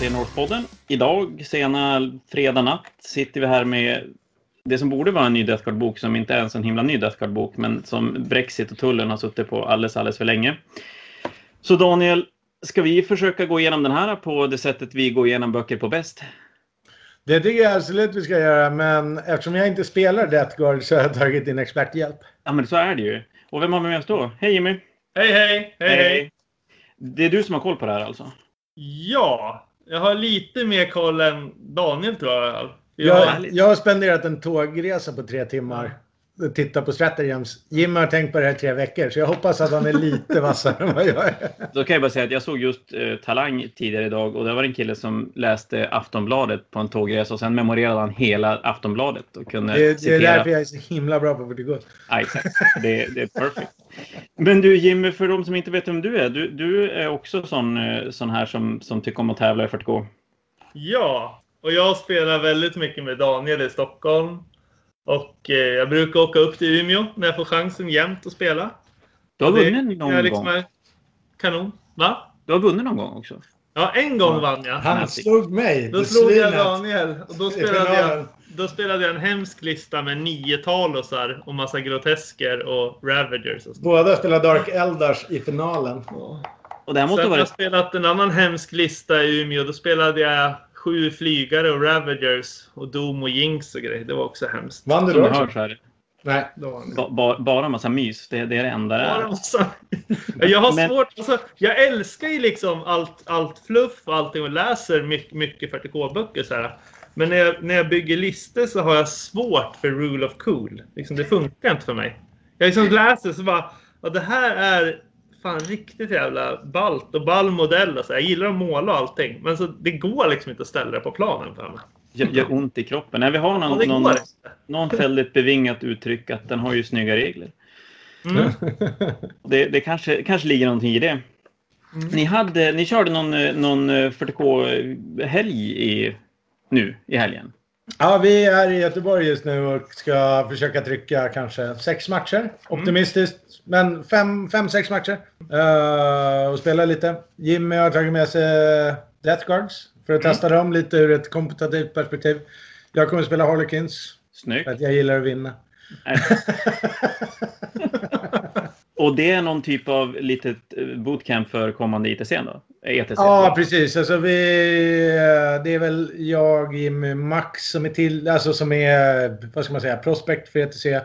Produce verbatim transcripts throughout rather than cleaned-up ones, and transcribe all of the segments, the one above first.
Stenhårspodden. Idag, sena fredag natt, sitter vi här med det som borde vara en ny Death Guard-bok, som inte är ens en himla ny Death Guard-bok, men som Brexit och tullen har suttit på alldeles, alldeles för länge. Så Daniel, ska vi försöka gå igenom den här på det sättet vi går igenom böcker på bäst? Det tycker jag absolut vi ska göra, men eftersom jag inte spelar Death Guard så har jag tagit in experthjälp. Ja, men så är det ju. Och vem har vi med oss då? Hej Jimmy! Hej, hej! Hej, hej! Det är du som har koll på det här alltså? Ja, jag har lite mer koll än Daniel tror jag. Jag, jag har spenderat en tågresa på tre timmar. Titta på Stratagems. Jim har tänkt på det här tre veckor, så jag hoppas att han är lite vassare än vad jag är. Då kan jag bara säga att jag såg just uh, Talang tidigare idag, och det var en kille som läste Aftonbladet på en tågresa och sen memorerade han hela Aftonbladet och kunde det, citera. Det är därför jag är så himla bra på Vertigo. Ja, exakt. Det, det är perfekt. Men du Jimmy, för de som inte vet vem du är, du, du är också sån, sån här som, som tycker om att tävla i Vertigo. Ja, och jag spelar väldigt mycket med Daniel i Stockholm. Och eh, jag brukar åka upp till Umeå när jag får chansen jämt att spela. Du har vunnit någon liksom gång. Kanon. Va? Du har vunnit någon gång också. Ja, en gång ja. vann jag. Han slog mig. Då slog jag Daniel. Och då spelade jag, då spelade jag en hemsk lista med nio talosar och massa grotesker och Ravagers. Och båda spelade Dark Eldars i finalen. Ja. Och det här måste Sen vara... jag spelat en annan hemsk lista i Umeå. Då spelade jag sju flygare och Ravagers och Doom och Jinx och grejer. Det var också hemskt. Vann du Som då du hör också? så här. Nej. Ba, ba, bara massa mys. Det, det är det enda det är. Bara massa. Jag har Men... svårt. Alltså, jag älskar ju liksom allt, allt fluff och allting och läser mycket, mycket fyrtio K-böcker så här. Men när jag, när jag bygger listor så har jag svårt för Rule of Cool. Liksom, det funkar inte för mig. Jag liksom läser så bara, ja, det här är fan riktigt jävla ballt och ball modell. Alltså. Jag gillar att måla och allting. Men så, det går liksom inte att ställa det på planen för mig. Gör, gör ont i kroppen. Nej, vi har någon, ja, någon, någon väldigt bevingat uttryck att den har ju snygga regler. Mm. Det, det kanske, kanske ligger någonting i det. Mm. Ni, hade, ni körde någon, någon fyrtio K-helg i, nu i helgen. Ja, vi är i Göteborg just nu och ska försöka trycka kanske sex matcher. Optimistiskt. Mm. Men fem, fem, sex matcher. Uh, och spela lite. Jimmy har tagit med sig Death Guards. För att testa mm. dem lite ur ett kompetitivt perspektiv. Jag kommer att spela Harlequins. Snyggt. För att jag gillar att vinna. Och det är någon typ av litet bootcamp för kommande I T C då? E T C? Ja, precis. Alltså vi, det är väl jag, Jimmy, Max som är till, alltså som är, vad ska man säga, prospect för E T C.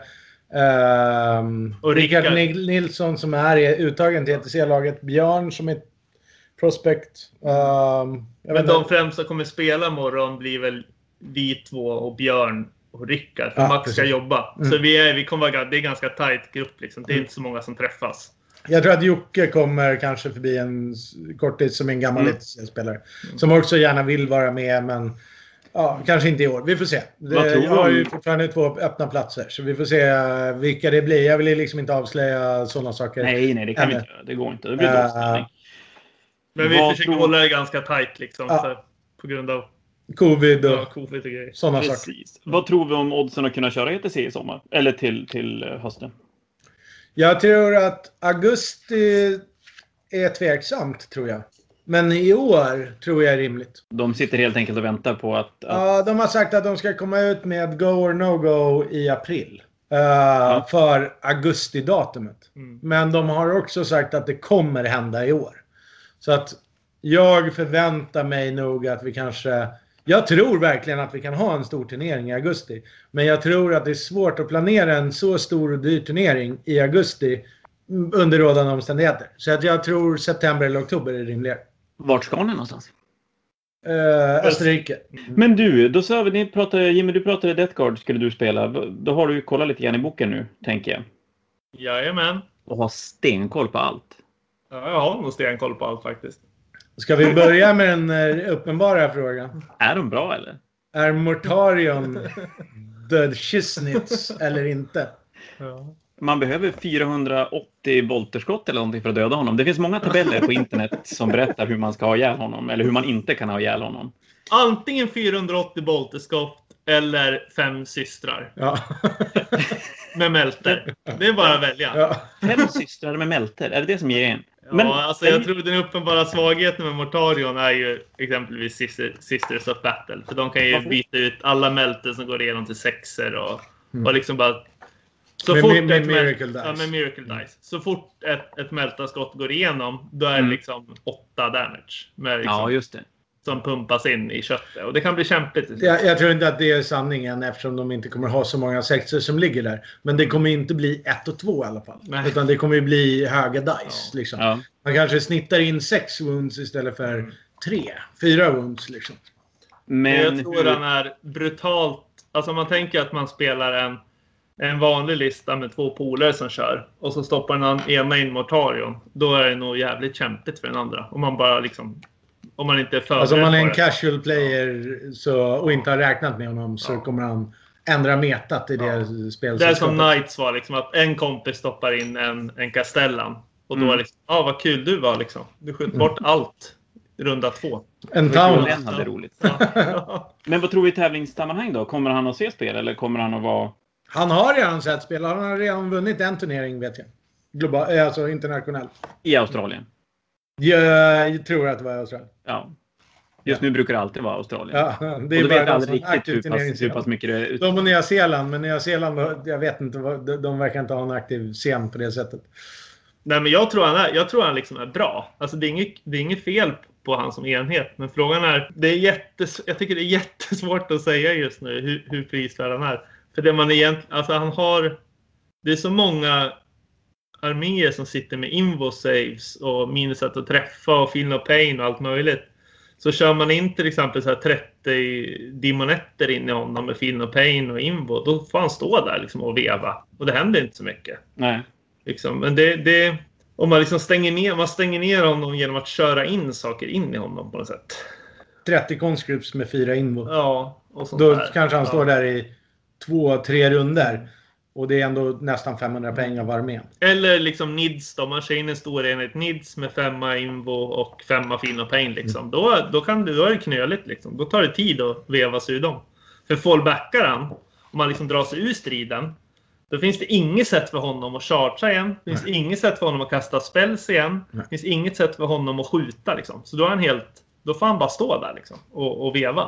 Um, och Rickard Nilsson som är uttagen till E T C-laget. Björn som är prospect. Um, Men de främst som kommer spela imorgon blir väl vi två och Björn och Rickard. För ja, Max precis. Ska jobba. Mm. Så vi, är, vi kommer vara, det är en ganska tight grupp. Liksom. Det är mm. inte så många som träffas. Jag tror att Jocke kommer kanske förbi en kortid som en gammal mm. E T C-spelare. Mm. Som också gärna vill vara med, men ja, kanske inte i år. Vi får se. Det, jag har ju fortfarande två öppna platser. Så vi får se vilka det blir. Jag vill liksom inte avslöja sådana saker. Nej, nej, det kan vi inte göra. Det går inte. Det blir uh, Men vi Vad försöker tror... hålla det ganska tight liksom. Ja. Så, på grund av Covid och, ja, COVID och grejer. Sådana Precis. saker. Vad tror vi om oddsen att kunna köra E T C i sommar? Eller till, till hösten? Jag tror att augusti är tveksamt, tror jag. Men i år tror jag är rimligt. De sitter helt enkelt och väntar på att... att... Ja, de har sagt att de ska komma ut med go or no go i april. Uh, ja. För augusti-datumet. Mm. Men de har också sagt att det kommer hända i år. Så att jag förväntar mig nog att vi kanske... Jag tror verkligen att vi kan ha en stor turnering i augusti. Men jag tror att det är svårt att planera en så stor och dyr turnering i augusti under rådande omständigheter. Så att jag tror september eller oktober är rimligare. Vart ska ni någonstans? Uh, Österrike. Men du, då sa vi, ni pratade, Jimmy, du pratade Death Guard skulle du spela. Då har du ju kollat lite grann i boken nu, tänker jag. Jajamän. Och har stenkoll på allt. Ja, jag har nog stenkoll på allt faktiskt. Ska vi börja med den uppenbara frågan? Är de bra eller? Är Mortarion död Kisnitz eller inte? Ja. Man behöver fyrahundraåttio volterskott eller någonting för att döda honom. Det finns många tabeller på internet som berättar hur man ska ha ihjäl honom. Eller hur man inte kan ha ihjäl honom. Antingen fyrahundraåttio volterskott eller fem systrar. Ja. Med mälter. Det är bara att välja. Ja. Fem systrar med mälter, är det det som ger en? Men, ja, alltså jag tror den uppenbara svagheten med Mortarion är ju exempelvis Sisters of Battle. För de kan ju varför? byta ut alla melter som går igenom till sexer och, mm. och liksom bara... Så med, fort med, med ett Miracle mel- Dice. Ja, med Miracle Dice. Mm. Så fort ett, ett meltaskott går igenom, då är det mm. liksom åtta damage. Med liksom, ja, just det. Som pumpas in i köttet. Och det kan bli kämpigt. Jag, jag tror inte att det är sanningen eftersom de inte kommer ha så många sexer som ligger där. Men det kommer inte bli ett och två i alla fall. Nej. Utan det kommer bli höga dice. Ja. Liksom. Ja. Man kanske snittar in sex wounds istället för mm. tre. Fyra wounds liksom. Men jag tror hur... den är brutalt. Alltså om man tänker att man spelar en, en vanlig lista med två polare som kör. Och så stoppar den ena in Mortarion. Då är det nog jävligt kämpigt för den andra. Om man bara liksom... Om man inte är förberedd. Alltså om man är en casual player så, och inte har räknat med honom så ja. kommer han ändra metat i det ja. spelet. Det är som Knights var liksom att en kompis stoppar in en, en Castellan. Och då mm. är det liksom, ja ah, vad kul du var liksom. Du sköt bort mm. allt. Runda två. En town. Den hade roligt. Ja. Men vad tror vi i tävlingssammanhang då? Kommer han att se spel eller kommer han att vara... Han har redan sett spel. Han har redan vunnit en turnering vet jag. Global, alltså internationellt. I Australien. Jag tror att det var Australien. Ja. Just nu brukar det alltid vara Australien. Ja, det är och bara vet aldrig riktigt hur pass, hur pass mycket det är ut. De och Nya Zeeland, men Nya Zeeland, jag vet inte, de verkar inte ha en aktiv scen på det sättet. Nej, men jag tror han är, jag tror han liksom är bra. Alltså det är inget, det är inget fel på han som enhet. Men frågan är, det är jättes, jag tycker det är jättesvårt att säga just nu hur, hur prisvärd han är. För det man egentligen, alltså han har, det är så många arméer som sitter med invo saves och minus att träffa och feel no pain och allt möjligt. Så kör man in till exempel så här trettio demonetter in i honom med feel no pain och invo, då får han stå där liksom och veva. Och det händer inte så mycket. Nej. Liksom. Men det, det, om man liksom stänger ner, man stänger ner honom genom att köra in saker in i honom på något sätt. trettio conscripts med fyra invo. Ja. Och sånt då där. Kanske han ja. står där i två, tre runder. Och det är ändå nästan femhundra pengar var med. Eller liksom N I D S då. Man kör in en stor enhet N I D S med femma invo och femma fin och pain liksom. Mm. Då, då, kan det, då är det knöligt liksom. Då tar det tid att veva sig ur dem. För fallbackar han, om man liksom drar sig ur striden, då finns det inget sätt för honom att chargea igen. Det finns Nej. inget sätt för honom att kasta spells igen. Nej. Det finns inget sätt för honom att skjuta liksom. Så då är han helt, då får han bara stå där liksom och, och veva.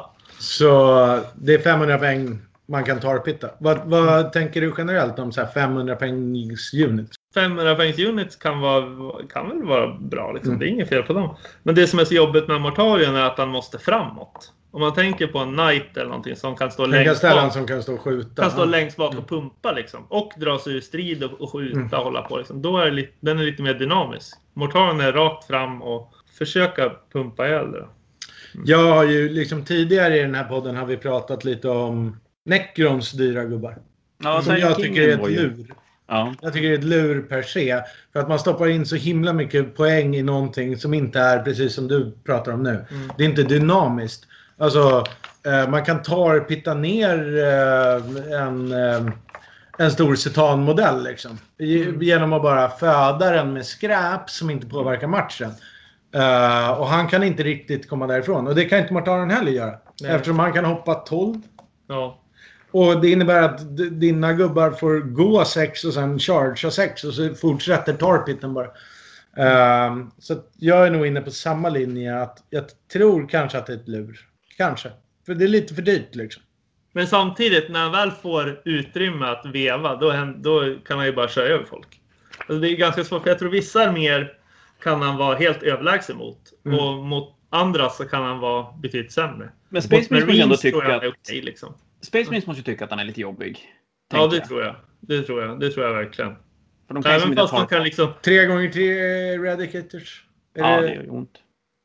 Så det är femhundra pengar man kan tarpitta. Vad, vad mm. tänker du generellt om så här femhundra pengs units? femhundra pengs units kan, vara, kan väl vara bra. Liksom. Mm. Det är inget fel på dem. Men det som är så jobbigt med Mortarion är att han måste framåt. Om man tänker på en knight eller någonting som kan stå längst bak. Som kan stå och skjuta. Kan stå längst bak och pumpa liksom. Och dra sig ur strid och, och skjuta mm. och hålla på. Liksom. Då är det lite, den är lite mer dynamisk. Mortarion är rakt fram och försöka pumpa ihjäl det. Mm. Jag har ju liksom tidigare i den här podden har vi pratat lite om Necrons dyra gubbar. Ja, som jag tycker är ett lur. Ja. Jag tycker det är ett lur per se. För att man stoppar in så himla mycket poäng i någonting som inte är precis som du pratar om nu. Mm. Det är inte dynamiskt. Alltså, eh, man kan ta pitta ner eh, en, eh, en stor cetanmodell liksom. Mm. Genom att bara föda den med skräp som inte påverkar matchen. Uh, och han kan inte riktigt komma därifrån. Och det kan inte Mortarion heller göra. Nej. Eftersom han kan hoppa tolv. Ja. Och det innebär att d- dina gubbar får gå sex och sen chargea sex. Och så fortsätter tarpitten bara. Uh, så jag är nog inne på samma linje. Att jag tror kanske att det är ett lur. Kanske. För det är lite för dyrt liksom. Men samtidigt när han väl får utrymme att veva. Då, då kan han ju bara köra över folk. Alltså det är ganska svårt. För jag tror vissa är mer... kan han vara helt överlägsen mot. Mm. Och mot andra så kan han vara betydligt sämre. Men Space Marines måste ändå tycka att... Okay, liksom. Space Marines måste tycka att han är lite jobbig. Ja, det jag. tror jag. Det tror jag. Det tror jag verkligen. För de kan Även fast de kan liksom... Tre gånger tre Eradicators. Ja, det gör ont.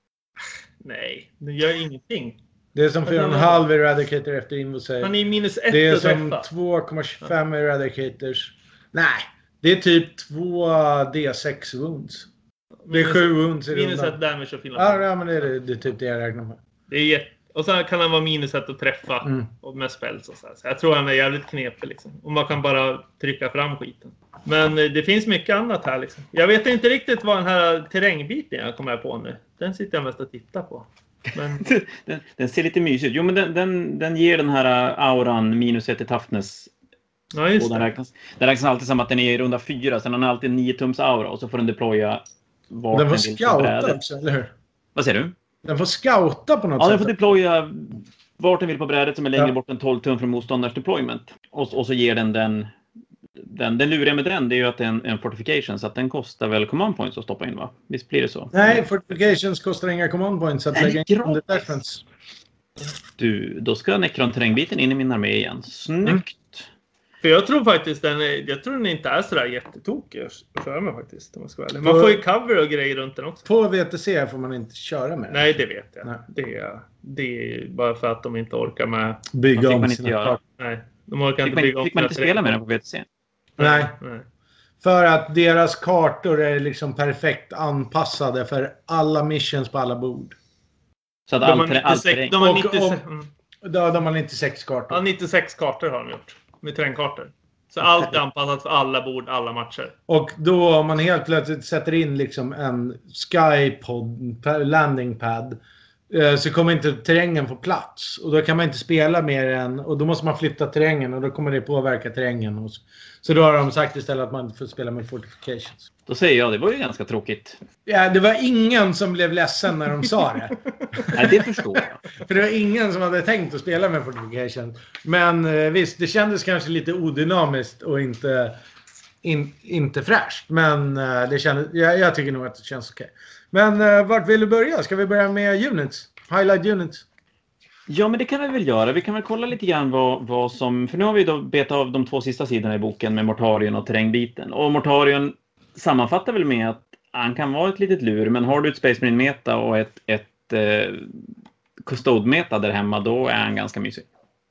Nej, det gör ingenting. Det är som fyra och en halv Eradicator efter Invosave. Han är minus ett. Det är som två komma tjugofem ja. Eradicators. Nej, det är typ två D sex wounds. Det är sju wounds i rundan. Minus ett damage och finna. Ja, ja, men det är, det är typ det jag räknar med. Det är jätte... Och så kan han vara minus ett att träffa mm. och med spells och så här. Så jag tror han är jävligt knepig liksom. Och man kan bara trycka fram skiten. Men det finns mycket annat här liksom. Jag vet inte riktigt vad den här terrängbiten jag kommer på nu. Den sitter jag mest och tittar på. Men... den, den ser lite mysig ut. Jo, men den, den, den ger den här auran minus ett i toughness. Ja, just och den det. räknas, den räknas alltid som att den är i runda fyra. Sen har den alltid nio tums aura och så får den deploya vart den får den vill på scouta brädet. också, eller hur? Vad säger du? Den får scouta på något Ja, sätt. den får deploya vart den vill på brädet som är längre Ja. bort än tolv tum från motståndars deployment. Och, och så ger den den... Den, den luriga med den, det är ju att det är en, en fortification, så att den kostar väl command points att stoppa in, va? Visst blir det så? Nej, fortifications kostar inga command points att Nej, lägga det är in under gratis. defense. Du, då ska Necron-terrängbiten in i min armé igen. Snyggt! Mm. För jag tror faktiskt den är, jag tror den inte är sådär jättetokig att köra med faktiskt. Om man, ska välja. Man får ju cover och grejer runt den också. På V T C får man inte köra med. Nej, det vet jag. Nej. Det, är, det är bara för att de inte orkar med... Bygga fick om man inte sina göra. kartor. Nej, de orkar Fick inte man, bygga om fick man inte sina spela med terräng. den på V T C? Nej, Nej. för att deras kartor är liksom perfekt anpassade för alla missions på alla bord. Så att De all, har terräng- all nittiosex, terräng... de har Och- nittiosex, och- mm. Då, de har nittiosex kartor. Ja, nittiosex kartor har de gjort. Med terrängkartor. Så allt är anpassat för alla bord, alla matcher. Och då om man helt plötsligt sätter in liksom en skypod, landing pad, eh, så kommer inte terrängen på plats. Och då kan man inte spela mer än... Och då måste man flytta terrängen och då kommer det påverka terrängen. Och så. så då har de sagt istället att man inte får spela med fortifications. Då säger jag, det var ju ganska tråkigt. Ja, det var ingen som blev ledsen när de sa det. Nej, det förstår jag. För det var ingen som hade tänkt att spela med fortification. Men eh, visst, det kändes kanske lite odynamiskt och inte, in, inte fräscht. Men eh, det kändes, jag, jag tycker nog att det känns okej. Men eh, vart vill du börja? Ska vi börja med units? Highlight units? Ja, men det kan vi väl göra. Vi kan väl kolla lite grann vad, vad som... För nu har vi då betat av de två sista sidorna i boken med Mortarion och terrängbiten. Och Mortarion sammanfattar väl med att han kan vara ett litet lur, men har du ett Space Marine meta och ett, ett eh, Custode meta där hemma, då är han ganska mysig.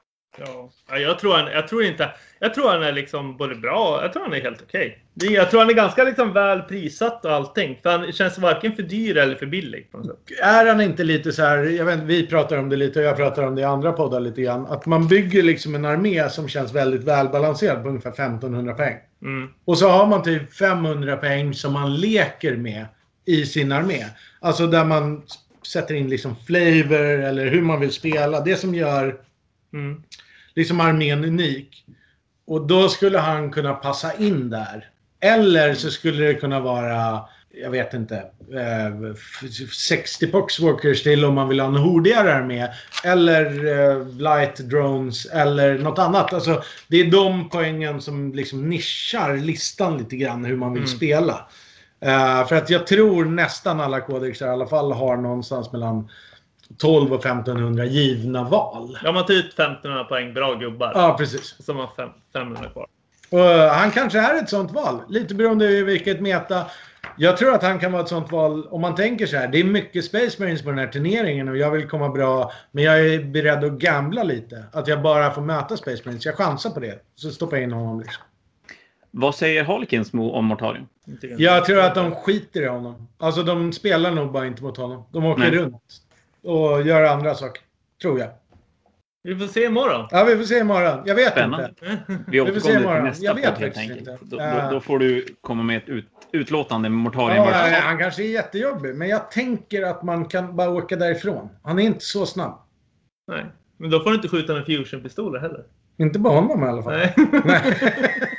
Ja, Ja, jag tror han, jag tror inte, jag tror han är liksom både bra, jag tror han är helt okej. Okay. Jag tror han är ganska liksom väl prissatt och allting. För han känns varken för dyr eller för billig på något sätt. Är han inte lite så här, jag vet, vi pratar om det lite och jag pratar om det i andra poddar lite grann. Att man bygger liksom en armé som känns väldigt välbalanserad på ungefär femtonhundra poäng. Mm. Och så har man typ femhundra poäng som man leker med i sin armé. Alltså där man sätter in liksom flavor eller hur man vill spela. Det som gör Mm. liksom armén unik. Och då skulle han kunna passa in där. Eller så skulle det kunna vara, jag vet inte, eh, sextio poxwalkers till om man vill ha en hordigare armé. Eller eh, light drones eller något annat. Alltså, det är de poängen som liksom nischar listan lite grann hur man vill Mm. spela. Eh, för att jag tror nästan alla kodexar i alla fall har någonstans mellan tolv och femtonhundra givna val. Ja, man tar ut femtonhundra poäng, bra gubbar. Ja, precis. Och så har man fem, femhundra kvar. Och uh, han kanske är ett sånt val. Lite beroende på vilket meta. Jag tror att han kan vara ett sånt val om man tänker så här. Det är mycket Space Marines på den här turneringen och jag vill komma bra. Men jag är beredd att gambla lite. Att jag bara får möta Space Marines. Jag chansar på det. Så stoppar jag in honom liksom. Vad säger Harlequins om Mortarion? Jag tror att de skiter i honom. Alltså de spelar nog bara inte mot honom. De åker Nej. runt. Och gör andra saker. Tror jag. Vi får se imorgon. Ja, vi får se imorgon. Jag vet Spännande. inte. Vi får se återkommer till imorgon. nästa Jag podd vet helt faktiskt enkelt. inte. Då, Ja. då, då får du komma med ett ut, utlåtande med Mortarion. Ja, versus- nej, han kanske är jättejobbig. Men jag tänker att man kan bara åka därifrån. Han är inte så snabb. Nej, men då får du inte skjuta med fusionpistoler heller. Inte på honom i alla fall. Nej. Nej.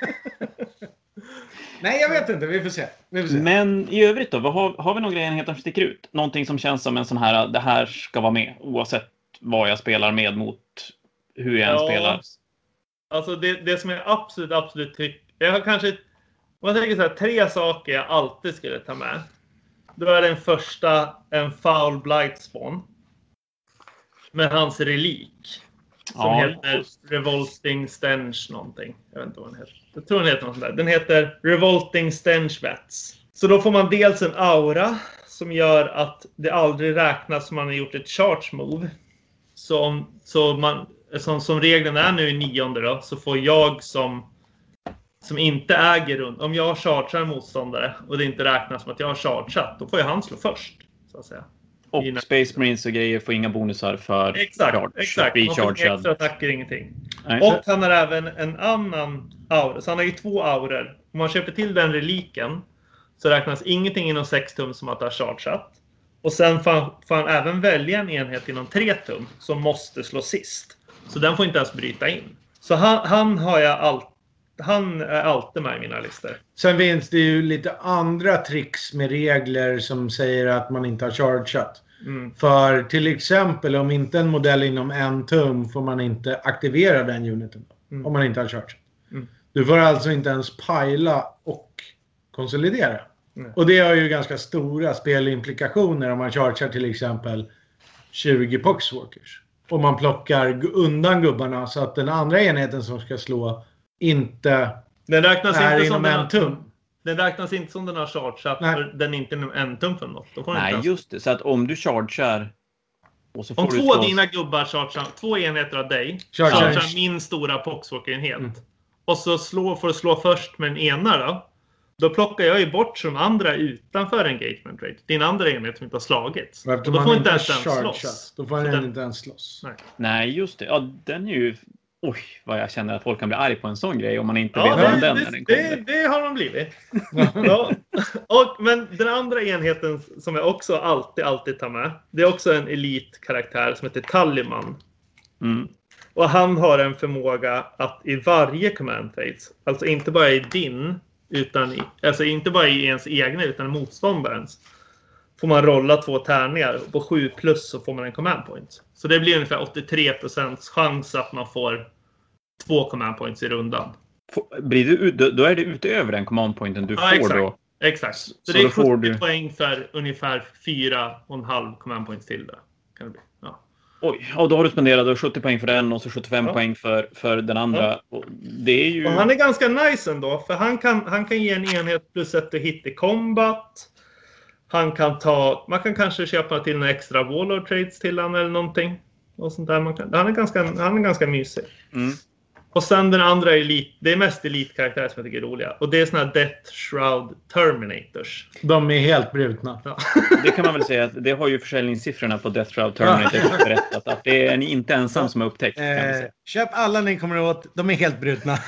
Nej, jag vet inte. Vi får se. Vi får se. Men i övrigt då, vad har, har vi några enheter som sticker ut? Någonting som känns som en sån här, det här ska vara med oavsett vad jag spelar med mot hur jag än spelar. Alltså det, det som jag absolut, absolut tycker... Jag har kanske... Om jag tänker så här, tre saker jag alltid skulle ta med. Då är den första en Foul Blight Spawn. Med hans relik. Som Ja, heter Revolting Stench någonting. Jag vet inte vad den heter. Jag tror den heter något sånt där. Den heter Revolting Stench Vats. Så då får man dels en aura som gör att det aldrig räknas som man har gjort ett charge move. Så, om, så man, som, som regeln är nu i nionde då, så får jag som, som inte äger runt. Om jag chargear en motståndare och det inte räknas som att jag har chargeat, då får jag han slå först. Så att säga. Och Space Marines och grejer får inga bonusar för Exakt, charge. exakt. Man får Rechargead. extra attacker, ingenting. Nej. Och han har även en annan aura. Så han har ju två auror. Om man köper till den reliken så räknas ingenting inom sex tum som att ha chargeat. Och sen får han, får han även välja en enhet inom tre tum som måste slå sist. Så den får inte ens bryta in. Så han, han har jag all, han är alltid med i mina listor. Sen finns det ju lite andra tricks med regler som säger att man inte har chargeat. Mm. För till exempel om inte en modell inom en tum får man inte aktivera den uniten. Mm. Om man inte har chargeat. Mm. Du får alltså inte ens pila och konsolidera. Mm. Och det har ju ganska stora spelimplikationer om man chargear till exempel tjugo poxwalkers. Och man plockar undan gubbarna så att den andra enheten som ska slå inte den räknas är inte inom som en den, tum. Den räknas inte som den har chargeat för den är inte inom en tum för något. Då får Nej, inte just det. Så att om du chargear och så får om du två slå... dina gubbar chargear, två enheter av dig chargear, chargear min stora poxwalker-enhet. Mm. Och så slå, får du slå först med den ena då. Då plockar jag ju bort som andra utanför engagement rate. Din andra enhet som inte har slagits. Och då får inte ens den slåss. Då får den, den inte ens slåss. Nej. Nej, just det. Ja, den är ju... Oj, vad jag känner att folk kan bli arg på en sån grej om man inte ja, vet om den det, när den kommer. Det, det har de blivit. Ja. Och, men den andra enheten som jag också alltid, alltid tar med. Det är också en elitkaraktär som heter Tallyman. Mm. Och han har en förmåga att i varje command phase, alltså inte bara i din, utan i, alltså inte bara i ens egna utan i motståndarens, får man rolla två tärningar. På sju plus så får man en command point. Så det blir ungefär åttiotre procent chans att man får två command points i rundan. Blir du, då är det utöver den command pointen du ja, får exakt. då? Exakt. Så, så det är sjuttio du... poäng för ungefär fyra och en halv command points till det. Kan det bli. Ja. Oj, och då har du spenderat sjuttio poäng för den och så sjuttiofem ja. poäng för, för den andra. Ja. Och det är ju... och han är ganska nice ändå. För han kan, han kan ge en enhet plus ett hit i combat. Han kan ta... Man kan kanske köpa till några extra warlord trades till han eller någonting. Och sånt där. Man kan, han, är ganska, han är ganska mysig. Mm. Och sen den andra elit, det är mest elitkaraktärer som jag tycker är roliga. Och det är såna här Death Shroud Terminators. De är helt brutna. Ja. Det kan man väl säga att det har ju försäljningssiffrorna på Death Shroud Terminators berättat. Att det är ni inte ensam som har upptäckt. Eh, köp alla ni kommer åt, de är helt brutna.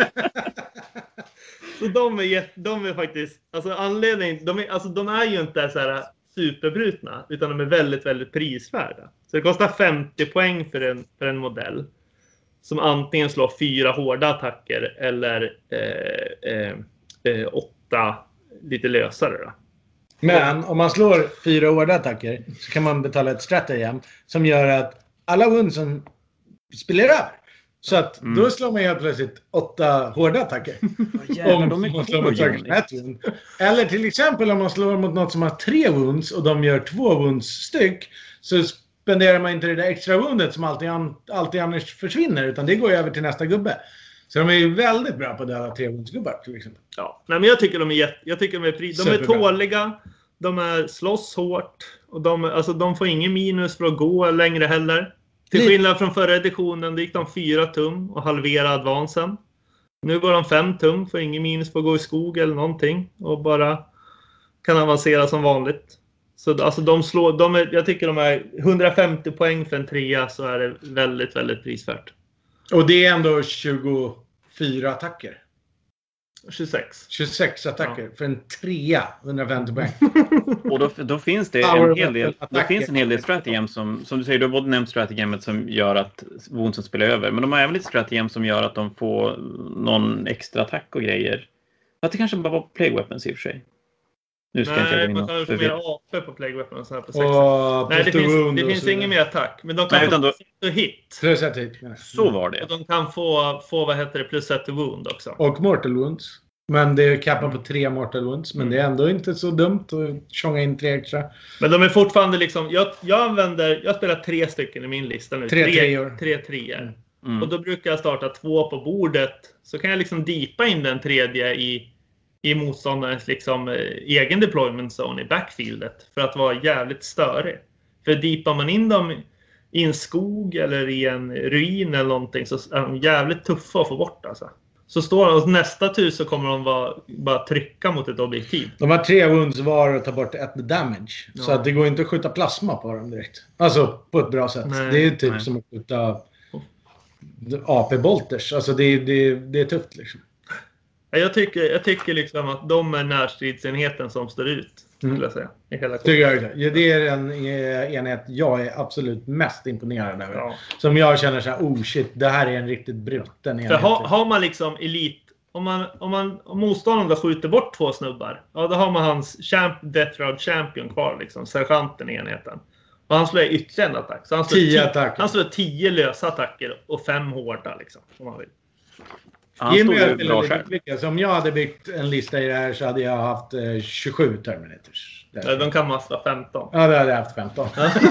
Så de är, de är faktiskt, alltså anledningen, de är, alltså de är ju inte så här superbrutna. Utan de är väldigt, väldigt prisvärda. Så det kostar femtio poäng för en, för en modell. Som antingen slår fyra hårda attacker eller eh, eh, eh, åtta lite lösare. Då. Men om man slår fyra hårda attacker så kan man betala ett stratagem som gör att alla woundsen spelar över. Så att mm. då slår man helt plötsligt åtta hårda attacker. Jävlar, om de är man slår mot liksom. Eller till exempel om man slår mot något som har tre wounds och de gör två wounds styck så spenderar man inte det där extra woundet som alltid, an, alltid annars försvinner utan det går ju över till nästa gubbe. Så de är ju väldigt bra på att döda tre woundsgubbar till exempel. Ja, nej, men jag tycker de är jätte, jag tycker de är pri, de är tåliga, de är slåss hårt och de alltså de får ingen minus för att gå längre heller. Till skillnad från förra editionen, det gick de fyra tum och halverade advansen. Nu går de fem tum, får ingen minus för att gå i skog eller någonting och bara kan avancera som vanligt. Så alltså de slår, de är, jag tycker de är hundrafemtio poäng för en trea så är det väldigt, väldigt prisvärt. Och det är ändå tjugofyra attacker. tjugosex. tjugosex attacker ja. För en trea, hundrafemtio poäng. Och då, då finns det en hel del, då finns en hel del strategem som, som du säger, du har både nämnt strategemet som gör att woundsen spelar över. Men de har även lite strategem som gör att de får någon extra attack och grejer. Att det kanske bara var plague weapons i och för sig. Nu ska Nej, inte man kan få mer A P på plague weapons här på sex. Och Nej, det finns, det finns ingen mer attack. Men de kan Nej, få då, plus hit. Plus ett hit. Så var det. Och de kan få, få vad heter det, plus ett wound också. Och mortal wounds. Men det är kappat på tre mortal wounds. Men mm. det är ändå inte så dumt att tjonga in tre extra. Men de är fortfarande liksom... Jag, jag använder... Jag spelar tre stycken i min lista nu. Tre treor. Tre treor. Mm. Och då brukar jag starta två på bordet. Så kan jag liksom deepa in den tredje i... i motståndarens liksom, eh, egen deployment zone i backfieldet för att vara jävligt störig. För deepar man in dem i en skog eller i en ruin eller någonting så är de jävligt tuffa att få bort alltså. Så står de, och nästa tur så kommer de vara, bara trycka mot ett objektiv. De har tre wounds var och tar bort ett damage. Ja. Så att det går inte att skjuta plasma på dem direkt. Alltså på ett bra sätt. Nej, det är typ nej. som att skjuta A P-bolters. Alltså det, det, det är tufft liksom. Jag tycker, jag tycker liksom att de är närstridsenheten som står ut. Skulle jag säga. I hela tycker jag det. Ja, det är en enhet jag är absolut mest imponerad över. Ja. Som jag känner så här, oh shit, det här är en riktigt bruten enhet. För har, har man liksom elit, om man, om man om motståndaren skjuter bort två snubbar, ja, då har man hans champ, Death Road Champion kvar, liksom, sergeanten i enheten. Och han slår ytterligare en attack. Så han slår tio tio, attacker. Han slår tio lösa attacker och fem hårda, liksom, om man vill. Han stod ju bra själv. Så om jag hade byggt en lista i det här så hade jag haft eh, tjugosju Terminators. Ja, de kan mastra femton. Ja, det hade jag haft femton.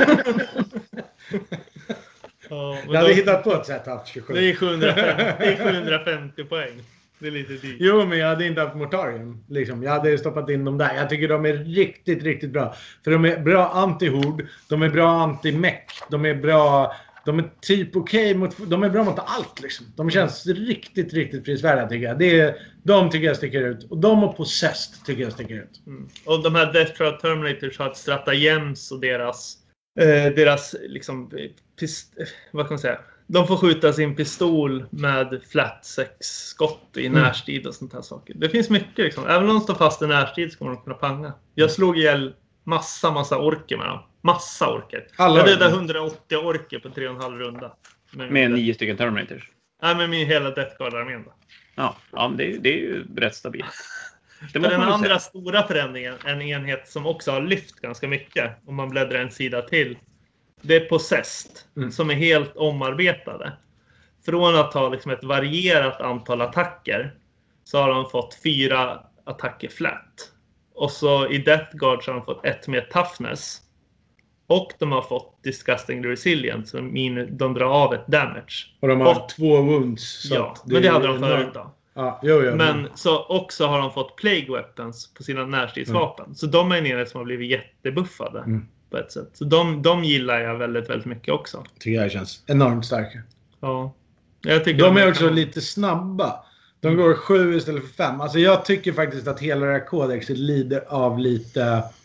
Ja, jag hade då, hittat på ett sätt att haft tjugosju. det är sjuhundrafemtio, det är sjuhundrafemtio poäng. Det är lite dyrt. Jo, men jag hade inte haft Mortarium. Liksom. Jag hade stoppat in dem där. Jag tycker de är riktigt, riktigt bra. För de är bra anti-hord. De är bra anti-mech. De är bra... De är typ okej okay mot... De är bra mot allt, liksom. De känns riktigt, riktigt prisvärda, tycker jag. Det är, de tycker jag sticker ut. Och de och Possessed tycker jag sticker ut. Mm. Och de här Death Road Terminators har ett stratagems och deras... Eh, deras, liksom... Pist, vad kan man säga? De får skjuta sin pistol med flat sex skott i närstrid och sånt här saker. Det finns mycket, liksom. Även om de står fast i närstrid så kommer de kunna panga. Jag slog ihjäl massa, massa orker med dem. Massa orker. Alla jag dödade hundraåttio orker på tre och en halv runda. Med, med nio stycken Terminators? Nej, med min hela Death Guard-armén då. Ja, ja det, det är ju rätt stabilt. Det var den andra säga. Stora förändringen, en enhet som också har lyft ganska mycket, om man bläddrar en sida till. Det är Possessed, mm. som är helt omarbetade. Från att ha liksom ett varierat antal attacker så har de fått fyra attacker flat. Och så i Death Guard så har de fått ett med toughness. Och de har fått Disgusting Resilient, så de drar av ett damage. Och de har och, två wounds. Så ja, det men det hade de förut då. Ja, jo, jo, men jo. Så också har de fått Plague Weapons på sina närstridsvapen. Mm. Så de är en enhet som har blivit jättebuffade. Mm. På ett sätt. Så de, de gillar jag väldigt, väldigt mycket också. Tycker jag känns enormt starka. Ja. Jag tycker de, de är också kan... lite snabba. De mm. går sju istället för fem. Alltså jag tycker faktiskt att hela det här kodexet lider av lite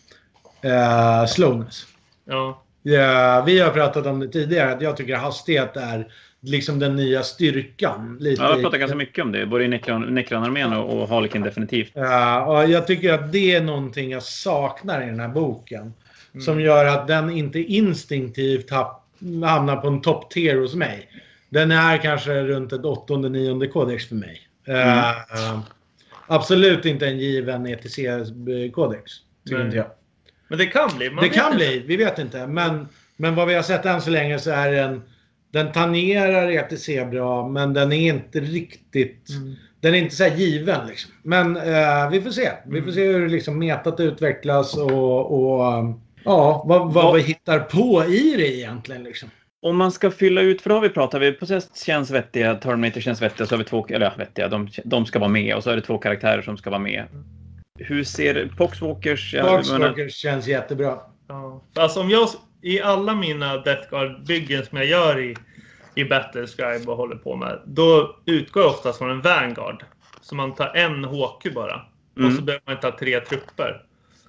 uh, slowness. Ja. Ja. Vi har pratat om det tidigare. Att jag tycker att hastighet är liksom den nya styrkan. Lite ja, jag har pratat ganska mycket om det. Både i Necron-armén och, och Harlequin definitivt. Ja, och jag tycker att det är någonting jag saknar i den här boken. Mm. Som gör att den inte instinktivt hamnar på en top tier hos mig. Den är kanske runt ett åttonde, nionde kodex för mig. Mm. Uh, absolut inte en given E T C-kodex, tycker mm. inte jag. Men det kan bli. Man det kan inte. bli, vi vet inte. Men, men vad vi har sett än så länge så är den... Den tangerar E T C bra, men den är inte riktigt... Mm. Den är inte så här given, liksom. Men uh, vi får se. Vi får mm. se hur liksom metat utvecklas och... och um, ja, vad, vad vi hittar på i det egentligen, liksom. Om man ska fylla ut, för då har vi pratat, vi Possessed känns vettiga, Terminator känns vettiga, så har vi två, eller ja, vettiga, de, de ska vara med, och så är det två karaktärer som ska vara med. Hur ser Poxwalkers... Poxwalkers känns jättebra. Ja. Alltså om jag, i alla mina Death Guard-byggen som jag gör i, i Battlescribe och håller på med, då utgår jag oftast från en Vanguard. Så man tar en H Q bara, mm. och så behöver man inte ha tre trupper.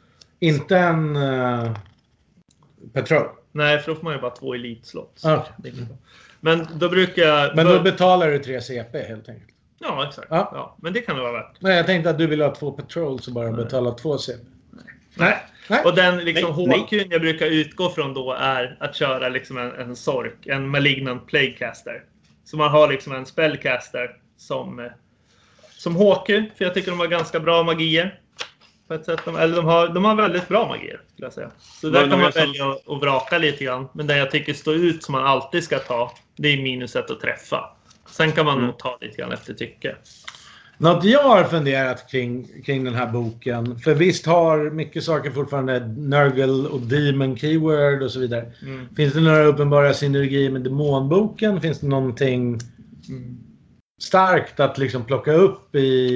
Inte en uh, Patrol? Nej, för då får man ju bara två elitslots. Okay. Men då brukar jag... Men då betalar du tre C P helt enkelt? Ja, exakt. Ja. Ja, men det kan det vara värt. Nej, jag tänkte att du vill ha två patrols och bara Nej. betala två C P. Nej. Nej. Och den liksom H Q jag brukar utgå från då är att köra liksom en, en sork, en malignant plaguecaster. Så man har liksom en spellcaster som, som H Q, för jag tycker de har ganska bra magier. På ett sätt. Eller de har, de har väldigt bra magier, skulle jag säga. Så där kan man välja att, att vraka lite grann. Men det jag tycker står ut som man alltid ska ta, det är minuset att träffa. Sen kan man mm. nog ta lite grann efter tycke. Något jag har funderat kring, kring den här boken. För visst har mycket saker fortfarande Nurgle och Demon keyword och så vidare. Mm. Finns det några uppenbara synergier med demonboken? Finns det någonting mm. starkt att liksom plocka upp i,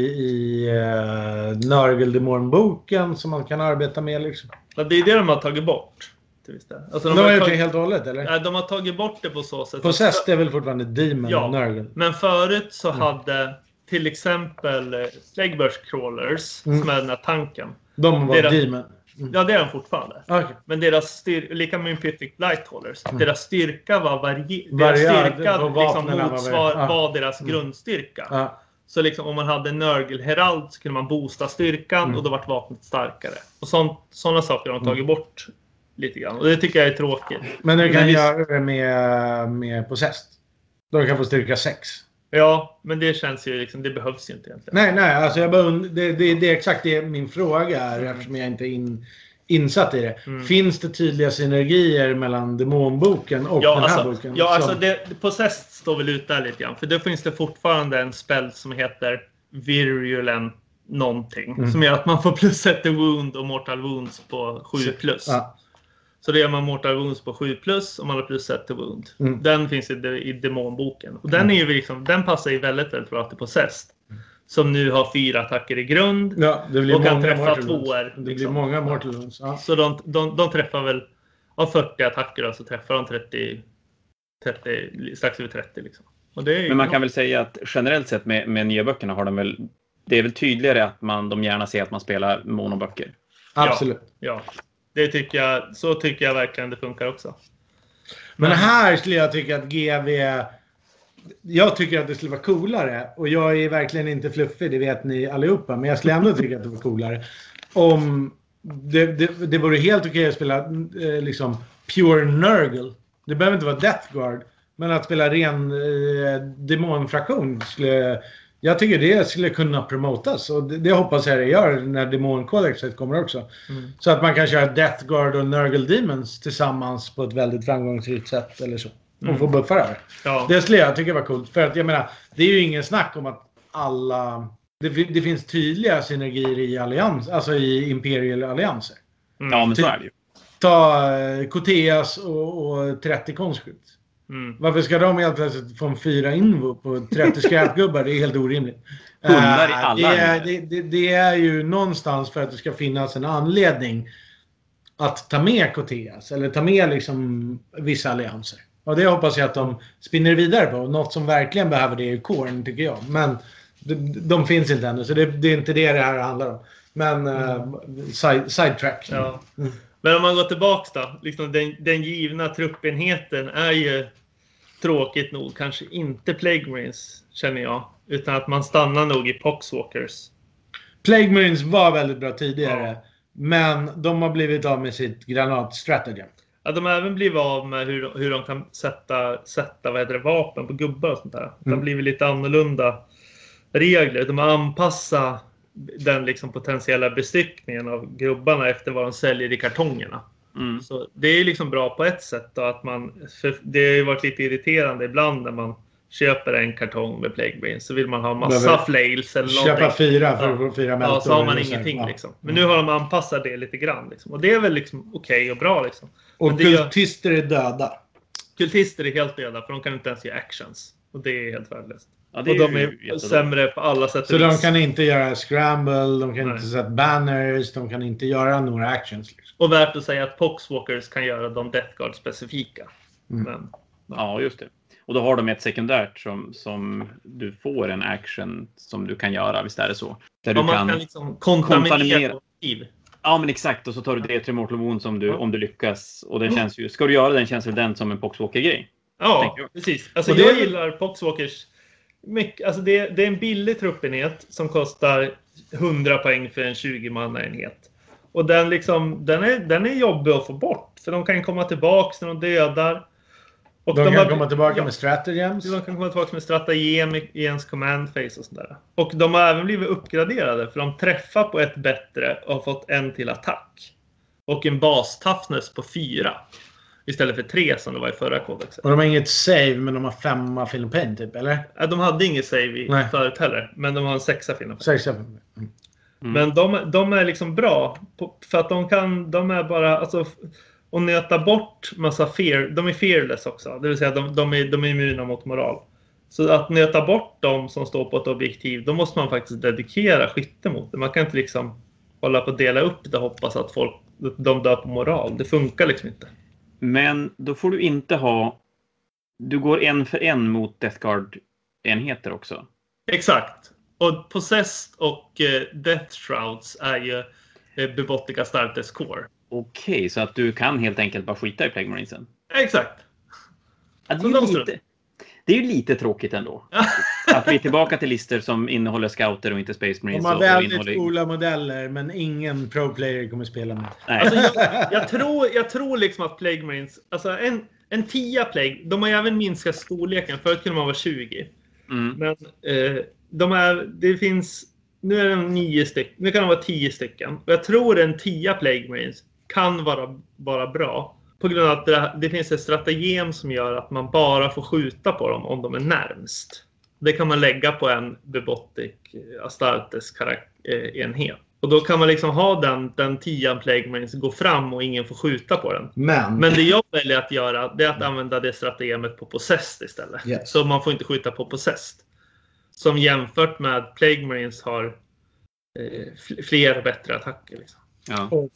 i uh, Nurgle demonboken som man kan arbeta med? Liksom? Ja, det är det de har tagit bort. Alltså de, de har gjort tagit... det helt och hållet, eller? Nej, de har tagit bort det på så sätt. Possessed är väl fortfarande Demon ja, och Nurgle. Men förut så mm. hade till exempel Slegburst Crawlers, mm. som är den här tanken. De var deras... Demon. Mm. Ja, det är de fortfarande. Okay. Men deras styrka, lika med Imperial Lighthallers, mm. deras styrka var varje... Deras styrka liksom motsvar var, var deras mm. grundstyrka. Ja. Så liksom om man hade Nurgle Herald så kunde man boosta styrkan mm. och då vart vapnet starkare. Och sådana saker har de tagit mm. bort lite grann. Och det tycker jag är tråkigt. Men du kan Men göra det med, med Possessed. Då kan få styrka sex. Ja, men det känns ju liksom, det behövs ju inte egentligen. Nej, nej, alltså jag bara, det, det, det är exakt det min fråga är, mm. eftersom jag inte är in, insatt i det. Mm. Finns det tydliga synergier mellan demonboken och ja, den här alltså, boken? Ja, som... alltså det, Possessed står väl ut där lite grann. För då finns det fortfarande en spell som heter Virulent någonting. Mm. Som gör att man får plus ett wound och mortal wounds på sju plus. Ja. Så det gör man mortal wounds på sju plus och man har plus ett till wound. Mm. Den finns i, i demonboken. Och den, är ju liksom, den passar ju väldigt, väldigt bra till Possessed. Mm. Som nu har fyra attacker i grund. Ja, det blir och kan många träffa tvåor. Det blir liksom många mortal wounds. Ja. Så de, de, de träffar väl av fyrtio attacker då, så träffar de trettio, trettio, strax över trettio. Liksom. Och det är Men man kan väl säga att generellt sett med, med nya böckerna har de väl... Det är väl tydligare att man, de gärna ser att man spelar monoböcker. Absolut. Ja, ja. Det tycker jag, så tycker jag verkligen det funkar också. Men, Men här skulle jag tycka att G V... Jag tycker att det skulle vara coolare. Och jag är verkligen inte fluffig, det vet ni allihopa. Men jag skulle ändå tycka att det var coolare. Om det, det, det vore helt okej att spela eh, liksom pure Nurgle. Det behöver inte vara Death Guard. Men att spela ren eh, demonfraktion skulle... Jag tycker det skulle kunna promotas. Och det, det hoppas jag det gör när demonkodexet kommer också. Mm. Så att man kan köra Death Guard och Nurgle Demons tillsammans på ett väldigt framgångsrikt sätt eller så. Och mm. få buffar över. Ja. Det skulle jag tycka var coolt. För att jag menar, det är ju ingen snack om att alla... Det, det finns tydliga synergier i allians, alltså i Imperial-allianser. Mm. Ja, men så är det ju. Ta uh, Koteas och, och trettio Conscript. Mm. Varför ska de helt plötsligt få en fyra invo på trettio skräpgubbar? Det är helt orimligt. Hundar i alla. Det är, det, det, det är ju någonstans för att det ska finnas en anledning att ta med Koteas. Eller ta med liksom vissa allianser. Och det hoppas jag att de spinner vidare på. Något som verkligen behöver det är ju Korn, tycker jag. Men de, de finns inte ännu. Så det, det är inte det det här handlar om. Men mm. uh, side, sidetrack. Ja. Mm. Men om man går tillbaka då. Liksom den, den givna truppenheten är ju tråkigt nog kanske inte Plague Marines, känner jag. Utan att man stannar nog i Poxwalkers. Plague Marines var väldigt bra tidigare. Ja. Men de har blivit av med sitt granatstrategi. Ja, de har även blivit av med hur, hur de kan sätta, sätta vad heter det, vapen på gubbar och sånt där. Det har mm. blivit lite annorlunda regler. De har anpassat den liksom potentiella bestyckningen av gubbarna efter vad de säljer i kartongerna. Mm. Så det är liksom bra på ett sätt då, att man, för det har ju varit lite irriterande ibland när man köper en kartong med Plague Marines, så vill man ha massa flails eller köpa någonting. fyra för ja. fyra ja, så har man ingenting ja. liksom. Men nu har de anpassat det lite grann liksom. Och det är väl liksom okej okay och bra liksom. Och Men kultister är döda. Kultister är helt döda, för de kan inte ens göra actions. Och det är helt värdelöst. Ja, och de är sämre på alla sätt. Så de kan inte göra scramble, de kan Nej. inte sätta banners, de kan inte göra några actions. Liksom. Och värt att säga att Poxwalkers kan göra de Death Guard specifika. Mm. Men, ja. ja, just det. Och då har de ett sekundärt som, som du får en action som du kan göra, visst är det så. Där du man kan, kan liksom kontaminera. Ja, men exakt. Och så tar du det till Mortal Wounds om du, mm. om du lyckas. Och den mm. känns ju, ska du göra den känns väl den som en Poxwalker-grej. Ja, precis. Alltså och jag det... gillar Poxwalkers mycket. Alltså det, det är en billig truppenhet som kostar hundra poäng för en tjugo-mannaenhet. Och den, liksom, den, är, den är jobbig att få bort. För de kan komma tillbaka när de dödar. Och de, de kan har, komma tillbaka ja, med stratagems. De kan komma tillbaka med stratagem i ens command phase och sådär. Och de har även blivit uppgraderade för de träffar på ett bättre och har fått en till attack. Och en bas toughness på fyra. Istället för tre som det var i förra kodexet. Och de har inget save, men de har femma film pain typ, eller? Ja, de hade inget save i Nej. förut heller. Men de har en sexa film pain. Sexa film pain. Mm. Mm. Men de, de är liksom bra. På, för att de kan, de är bara, alltså... Och nöta bort massa fear. De är fearless också. Det vill säga de, de, är, de är immuna mot moral. Så att nöta bort dem som står på ett objektiv. Då måste man faktiskt dedikera skytte mot det. Man kan inte liksom hålla på att dela upp det och hoppas att folk, de dör på moral. Det funkar liksom inte. Men då får du inte ha... Du går en för en mot Death Guard-enheter också. Exakt. Och Possessed och eh, Death Shrouds är ju eh, Bebotic Astartes Core. Okej, okay, så att du kan helt enkelt bara skita i Plague Marinesen. Exakt. Ja, det, är ju lite, det är ju lite tråkigt ändå. Att vi är tillbaka till listor som innehåller scouter och inte Space Marines. De har väldigt innehåller... coola modeller, men ingen pro-player kommer spela med. Nej. Alltså, jag, jag, tror, jag tror liksom att Plague Marines... Alltså en, en tia Plague, de har ju även minskat storleken. Förut kunde man vara tjugo. Mm. Men eh, de är, det finns, nu är det nio stycken, nu kan det vara tio stycken. Och jag tror en tia Plague Marines kan vara, vara bra. På grund av att det, det finns ett stratagem som gör att man bara får skjuta på dem om de är närmst. Det kan man lägga på en Bebotic Astartes karak- enhet. Och då kan man liksom ha den, den tian Plague Marines gå fram och ingen får skjuta på den. Men, Men det jag väljer att göra, det är att använda det strategemet på Possessed istället. Yes. Så man får inte skjuta på Possessed. Som jämfört med Plague Marines har eh, fler bättre attacker. Liksom. Ja. och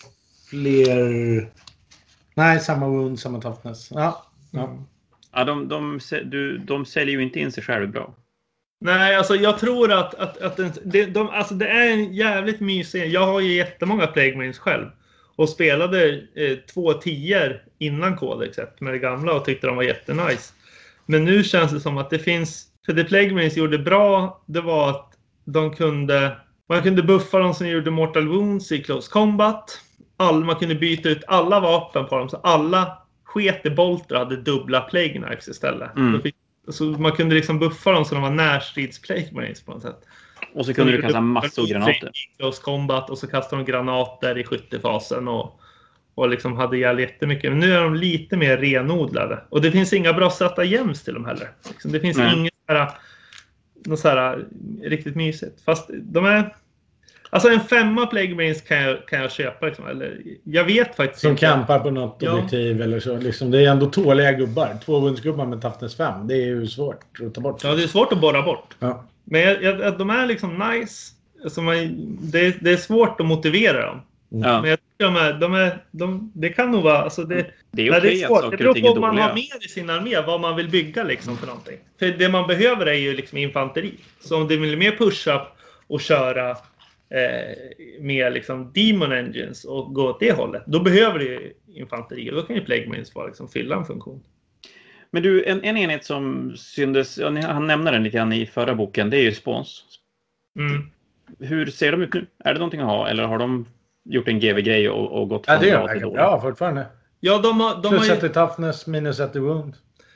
fler... Nej, samma wound, samma toughness. Ja, ja. Mm. Ja, de, de, du, de säljer ju inte in sig själv bra. Nej, alltså jag tror att, att, att den, det, de, alltså det är en jävligt mysig. Jag har ju jättemånga Plague Marines själv. Och spelade eh, två tior innan Codex med det gamla och tyckte de var jättenice. Men nu känns det som att det finns... För det Plague Marines gjorde bra, det var att de kunde... Man kunde buffa dem som gjorde Mortal Wounds i Close Combat. All, man kunde byta ut alla vapen på dem. Så alla sket i bolter hade dubbla Plague Knives istället. Mm. Fick, så man kunde liksom buffa dem så de var närstrids Plague Marines på något sätt. Och så kunde så du kasta massor av granater. I Close Combat och så kastade de granater i skyttefasen och, och liksom hade ihjäl jättemycket. Men nu är de lite mer renodlade. Och det finns inga bra stratagems till dem heller. Liksom, det finns Nej. inget såhär, något såhär riktigt mysigt. Fast de är... Alltså en femma Plague Marines kan jag, kan jag köpa. Liksom. Eller, jag vet faktiskt Som inte. campar på något Ja. objektiv eller så. Liksom, det är ändå tåliga gubbar. Två vundsgubbar med toughness fem. Det är ju svårt att ta bort. Ja, det är svårt att borra bort. Ja. Men jag, jag, de är liksom nice. Alltså man, det, det är svårt att motivera dem. Ja. Men jag tycker de är, de är, de, det kan nog vara, alltså det, Det är nej, okej det är att svårt. saker Det och beror ting på är vad man dåliga. har med i sin armé, vad man vill bygga liksom för någonting. För det man behöver är ju liksom infanteri. Så om du vill mer push-up och köra eh, med liksom Demon Engines och gå åt det hållet, då behöver du infanteri. Då kan ju Plague Marines bara liksom fylla en funktion. Men du, en, en enhet som syndes, ja, ni- han nämnde den lite grann i förra boken, det är ju Spawns. Mm. Hur ser de ut nu? Är det någonting att ha? Eller har de gjort en G V-grej och, och gått Ja, från det bra är till verkligen dåligt? bra fortfarande. Ja, de har, de har Plus ju... ett i toughness, minus ett i wound.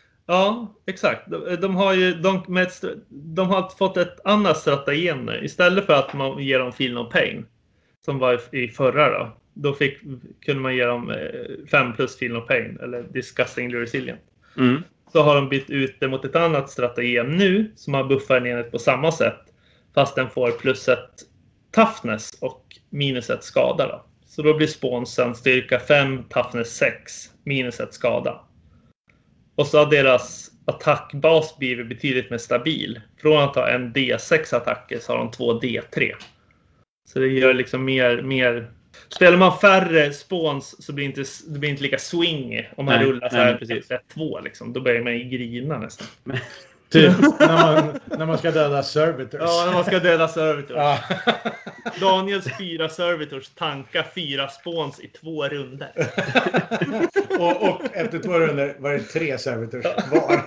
Ja, exakt. De, de har ju de, med ett, de har fått ett annat stratagem nu. Istället för att man ger dem Feel No Pain, som var i, i förra då. Då fick, kunde man ge dem fem plus Feel No Pain, eller Disgustingly Resilient. Mm. Så har de bytt ut det mot ett annat stratagem nu, som har buffat en enhet på samma sätt. Fast den får plus ett toughness och minus ett skada då. Så då blir sponsen styrka fem, toughness sex, minus ett skada. Och så har deras attackbas blivit betydligt mer stabil. Från att ha en D sex attacker så har de två D tre. Så det gör liksom mer... mer... Spelar man färre spawns så blir det inte, det blir inte lika swingy. Om man Nej, rullar så nej, här precis. ett två liksom. Då börjar man ju grina nästan. Typ när man, när man ska döda servitors. Ja, när man ska döda servitors. Ja. Daniels fyra servitors tankar fyra spawns i två runder. och, och efter två runder var det tre servitors var.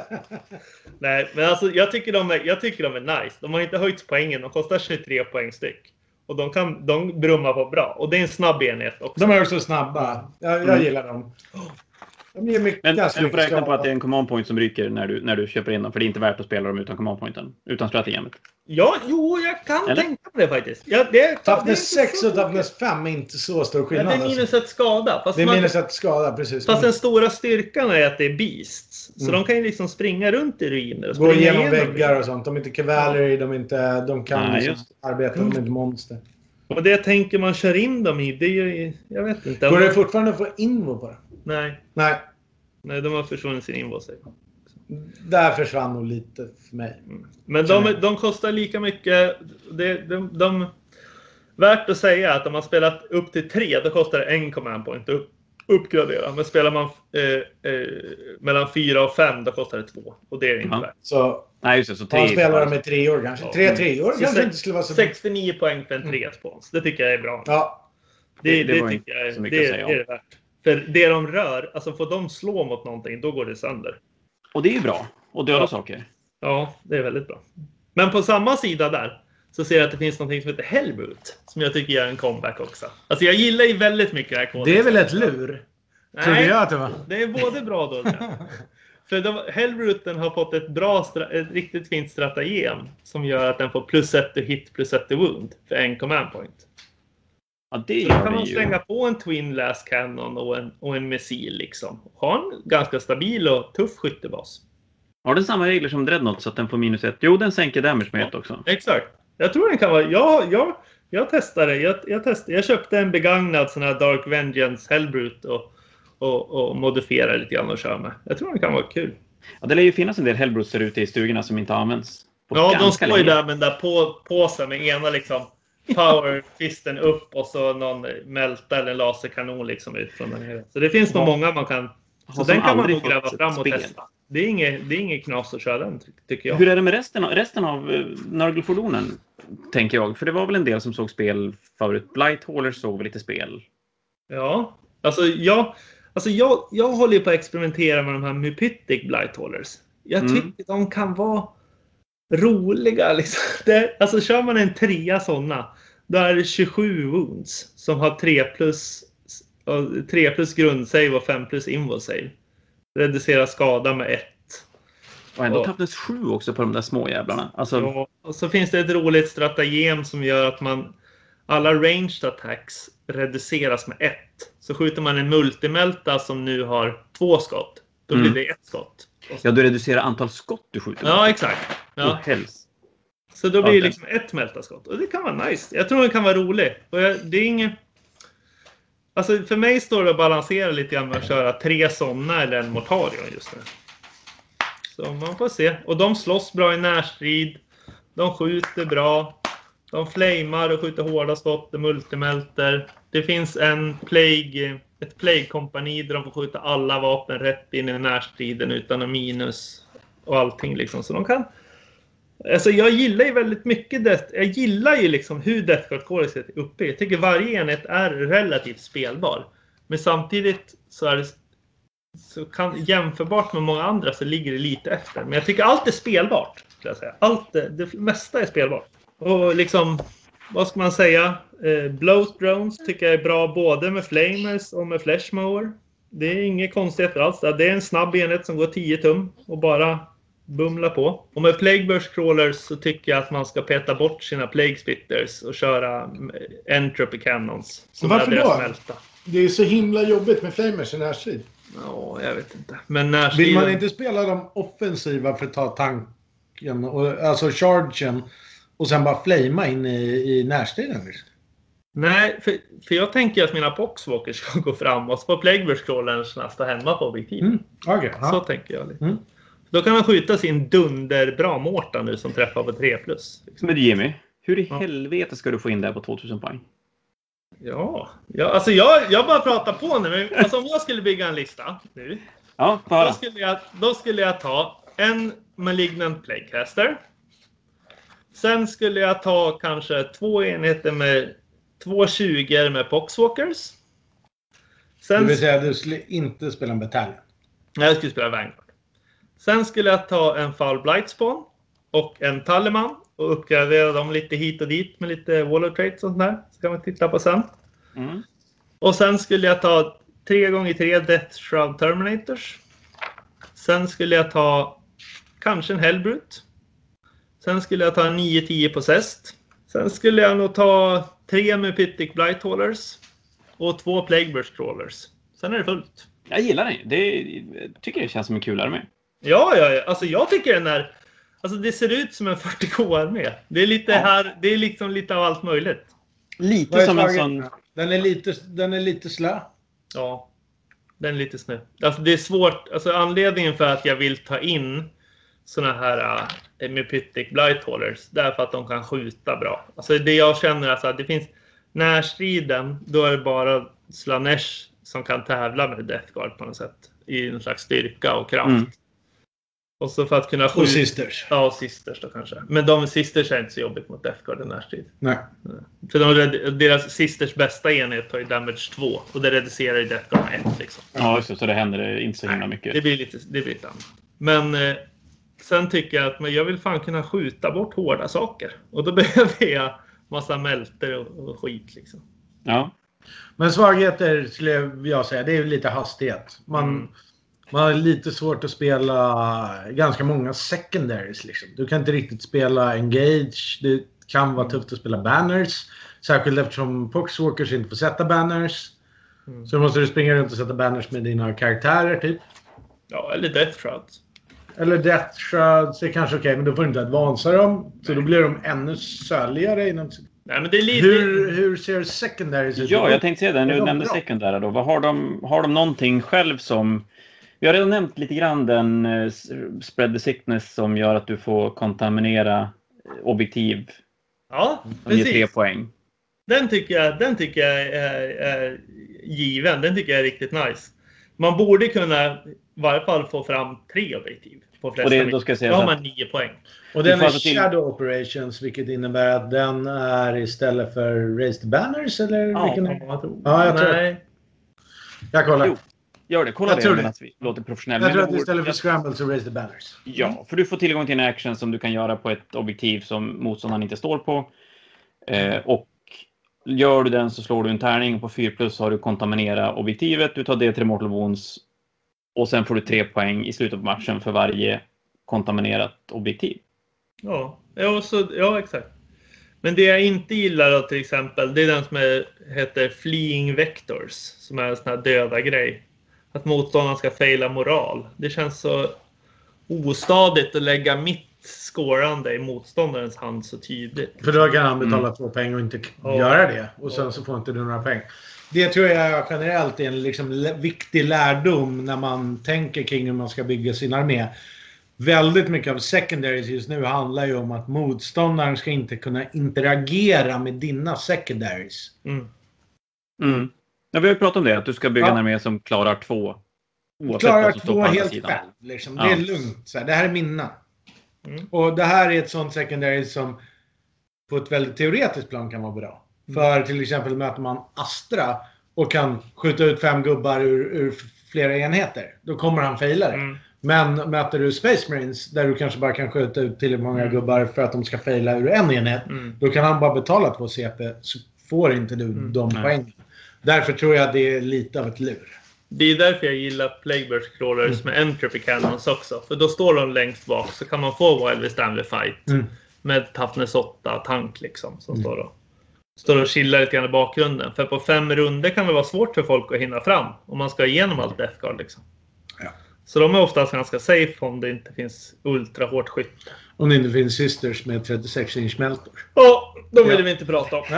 Nej, men alltså jag tycker, de är, jag tycker de är nice. De har inte höjt poängen. De kostar tjugotre poäng styck. Och de kan de brummar på bra. Och det är en snabb enhet också. De är också snabba. Jag, jag gillar dem. De ger mycket, Men ganska du får mycket räkna på skada. att det är en command point som ryker när du, när du köper in dem. För det är inte värt att spela dem utan command pointen. Utan strategemet. Ja, jo, jag kan Eller? tänka på det faktiskt. Ja, det, är- det är Toughness inte sex så och toughness fem är inte så stor Ja, skillnad. det är alltså. minus ett skada. Fast, Det är man, minus ett skada, precis. fast den stora styrkan är att det är beasts. Så Mm. de kan ju liksom springa runt i ruiner. Och Gå springa igenom väggar ruiner. och sånt. De är inte cavalry, de, är inte, de kan Nej, liksom just. arbeta, de är inte monster. Och det jag tänker man kör in dem i, det är ju... Jag vet inte. Går det fortfarande att få invo på det? Nej, Nej, nej, de har försvunnit sin invoice. där försvann nog lite för mig. Men de, de kostar lika mycket. Det, de, de, värt att säga att om man spelat upp till tre, då kostar det en command point att upp, uppgradera. Men spelar man eh, eh, mellan fyra och fem, då kostar det två. Och det är inte Ja. värt. Så Nej, just det. Så tre. man spelar med tre år kanske. Ja. Tre tre år Så kanske sex- inte skulle vara så... sextionio poäng för en tre spons. Det tycker jag är bra. Ja, det, det- det, det var tycker jag är, inte så mycket det, att säga det är om. det värt. För det de rör, alltså får de slå mot någonting, då går det sönder. Och det är ju bra. Och döda Ja. saker. Ja, det är väldigt bra. Men på samma sida där så ser jag att det finns något som heter Hellboot. Som jag tycker gör en comeback också. Alltså jag gillar ju väldigt mycket det här koden. det är väl ett lur? Trodde Nej, jag att det var. det är både bra och dåligt. för de, Hellbruten har fått ett bra, ett riktigt fint stratagem som gör att den får plus ett to hit plus ett to wound för en command point. Ja, det så gör kan man ju. slänga på en Twin Last Cannon och en, och en missil liksom. Ha en ganska stabil och tuff skyttebas. Har den samma regler som Dreadnought så att den får minus ett? Jo, den sänker damage med ett också. Exakt. Jag tror den kan vara... Jag, jag, jag testade. Jag, jag, testade. Jag köpte en begagnad sån här Dark Vengeance Hellbrute och, och, och modifierade lite grann och kör med. Jag tror den kan vara kul. Ja, det lär ju finnas en del Hellbrutes där ute i stugorna som inte används. Ja, de står ju där med den där på, påsen med ena liksom powerfisten upp och så någon mälta eller laserkanon liksom ut från den här. Så det finns nog många man kan... Så den kan man nog gräva fram och spel. testa. Det är inget, det är inget knas att köra den, tycker jag. Hur är det med resten av, resten av uh, Nurgle-fordonen, tänker jag? För det var väl en del som såg spel förut. Blighthallers såg väl lite spel? Ja, alltså jag, alltså jag, jag håller ju på att experimentera med de här Mupytic Blighthallers. Jag Mm. tycker de kan vara roliga. Liksom. Det, alltså kör man en trea sådana, då är det tjugosju wounds som har tre plus, tre plus grundsave och fem plus invul-save. Reducera skada med ett. Och ändå och, tappades sju också på de där små jävlarna. Alltså... Ja, och så finns det ett roligt stratagem som gör att man alla ranged attacks reduceras med ett. Så skjuter man en multimelta som nu har två skott. Då blir Mm. det ett skott. Ja, du reducerar antal skott du skjuter. Ja, exakt. Ja. Ja. Så då blir det Ja, liksom ett meltaskott. Och det kan vara nice. Jag tror det kan vara roligt. Och jag, det är inget... Alltså för mig står det att balansera lite grann med att köra tre sådana eller en Mortarion just nu. Så man får se. Och de slåss bra i närstrid. De skjuter bra. De flamar och skjuter hårda skott och multimelter. Det finns en plague, ett plague-kompani där de får skjuta alla vapen rätt in i närstriden utan en minus och allting liksom. Så de kan... Alltså jag gillar ju väldigt mycket det. Jag gillar ju liksom hur Death Guard Codex är uppe. Jag tycker varje enhet är relativt spelbar. Men samtidigt så är det så kan, jämförbart med många andra så ligger det lite efter. Men jag tycker allt är spelbart. Skulle jag säga. Allt, det mesta är spelbart. Och liksom, vad ska man säga? Eh, bloat drones tycker jag är bra både med flamers och med flashmower. Det är inget konstigt alls. Det är en snabb enhet som går tio tum och bara bumla på. Och med Plague Burst Crawlers så tycker jag att man ska peta bort sina Plague Spitters och köra Entropy Cannons. Som varför då? Smälta. Det är så himla jobbigt med flamers i närstrid. Ja, jag vet inte. Men närstrid... Vill man inte spela de offensiva för att ta tanken, och, alltså chargen, och sen bara flama in i, i närstriden? Nej, för, för jag tänker att mina Poxwalkers ska gå fram och så får Plague Burst Crawlers stå hemma på objektiv. Mm. Okay, så ja. tänker jag lite. Mm. Då kan man skjuta sin dunderbra Mårta nu som träffar på tre plus. Liksom. Men Jimmy, hur i Ja. helvete ska du få in det på tvåtusen poäng? Ja, ja alltså jag, jag bara pratar på nu. Men, alltså om jag skulle bygga en lista nu. Ja, Då bara. skulle, jag, då skulle jag ta en Malignant Plaguecaster. Sen skulle jag ta kanske två enheter med två tjugo med Poxwalkers. Sen, Det vill säga att du skulle inte spela en bataljon. Nej, jag skulle spela Vanguard. Sen skulle jag ta en Foul Blightspawn och en Tallyman och uppgradera dem lite hit och dit med lite Wall of Traits och sånt där. Så kan man titta på sen. Mm. Och sen skulle jag ta tre gånger tre Death Shroud Terminators. Sen skulle jag ta kanske en Hellbrute. Sen skulle jag ta en nio tio Possessed. Sen skulle jag nog ta tre med Pythic Blighthallers. Och två Plague Burst Crawlers. Sen är det fullt. Jag gillar den. Det jag tycker det känns som en kul armé. Ja, ja, ja. Alltså jag tycker den är... Alltså det ser ut som en fyrtio K-armé. Det är lite Ja. här... Det är liksom lite av allt möjligt. Lite Vad är som en taget? sån... Den är lite, den är lite slö. Ja. Den är lite snö. Alltså det är svårt. Alltså anledningen för att jag vill ta in såna här äh, med Pythic Blighthallers. Därför att de kan skjuta bra. Alltså det jag känner alltså att det finns... Närstriden, då är det bara Slanesh som kan tävla med Death Guard på något sätt. I en slags styrka och kraft. Mm. Och så för att kunna skjuta... Och sisters. Ja, och sisters då kanske. Men de sisters är inte så jobbigt mot Death Guard i närstrid. Nej. För de, deras sisters bästa enhet har ju damage två. Och det reducerar ju Death Guard med ett liksom. Ja, just det, så det händer inte så himla Nej, mycket. Det blir lite, det blir lite annat. Men eh, sen tycker jag att men jag vill fan kunna skjuta bort hårda saker. Och då behöver jag massa mälter och, och skit liksom. Ja. Men svagheter skulle jag säga, det är ju lite hastighet. Man, Mm. Man har lite svårt att spela ganska många secondaries. Liksom. Du kan inte riktigt spela engage. Det kan vara tufft att spela banners. Särskilt eftersom Poxwalkers inte får sätta banners. Mm. Så måste du springa runt och sätta banners med dina karaktärer typ. Ja, eller Death Shrouds. Eller Death Shrouds, det är kanske okej, okay, men då får du inte advansa dem. Så då blir de ännu söligare inom... Nej, men det är lite... hur, hur ser secondaries ut? Ja, jag tänkte säga det. Nu nämnde sekundära då. Vad har de, har de någonting själv som... Vi har redan nämnt lite grann den uh, spread the sickness som gör att du får kontaminera objektiv. Ja, precis. Ger tre poäng. Den tycker jag, den tycker jag är, är given. Den tycker jag är riktigt nice. Man borde kunna i varje fall få fram tre objektiv. På flesta och det, då ska jag säga då har man nio poäng. Och den är Shadow Operations, vilket innebär att den är istället för Raised Banners, eller ja, vilken är? Jag tror. Ja, jag tror Nej. Jag kollar. Jo, gör det. Kolla jag det medan vi låter professionellt. Jag tror att istället för Scramble så Raised Banners. Ja, för du får tillgång till en action som du kan göra på ett objektiv som motståndaren inte står på. Eh, och gör du den så slår du en tärning. På fyra plus har du kontaminera objektivet. Du tar D tre Mortal Wounds. Och sen får du tre poäng i slutet på matchen för varje kontaminerat objektiv. Ja, ja, så, ja exakt. Men det jag inte gillar då, till exempel, det är den som är, heter Fleeing Vectors. Som är en sån här döda grej. Att motståndaren ska faila moral. Det känns så ostadigt att lägga mitt skårande i motståndarens hand så tydligt. För då kan han betala mm. två poäng och inte ja. göra det. Och sen ja. så får inte du några poäng. Det tror jag generellt är en liksom viktig lärdom när man tänker kring hur man ska bygga sin armé. Väldigt mycket av secondaries just nu handlar ju om att motståndaren ska inte kunna interagera med dina secondaries. Mm. Mm. Ja, vi har ju pratat om det, att du ska bygga ja. en armé som klarar två. Klarar två helt sidan. själv. Liksom. Ja. Det är lugnt. Så här. Det här är mina. Mm. Och det här är ett sånt secondary som på ett väldigt teoretiskt plan kan vara bra. Mm. För till exempel möter man Astra och kan skjuta ut fem gubbar ur, ur flera enheter. Då kommer han faila det. Mm. Men möter du Space Marines där du kanske bara kan skjuta ut till många mm. gubbar för att de ska faila ur en enhet. Mm. Då kan han bara betala två C P så får inte du mm. de mm. poängen. Därför tror jag det är lite av ett lur. Det är därför jag gillar Plagueburst Crawlers mm. med Entropy Cannons också. För då står de längst bak så kan man få Wild Stanley Fight. Mm. Med Toughness åtta tank liksom. Som mm. står, och, står och chillar lite grann i bakgrunden. För på fem runder kan det vara svårt för folk att hinna fram. Om man ska igenom allt Death Guard liksom. Ja. Så de är oftast ganska safe om det inte finns ultra hårt skytte. Om det inte finns Sisters med trettiosex inch meltor. Ja, då vill ja. vi inte prata om.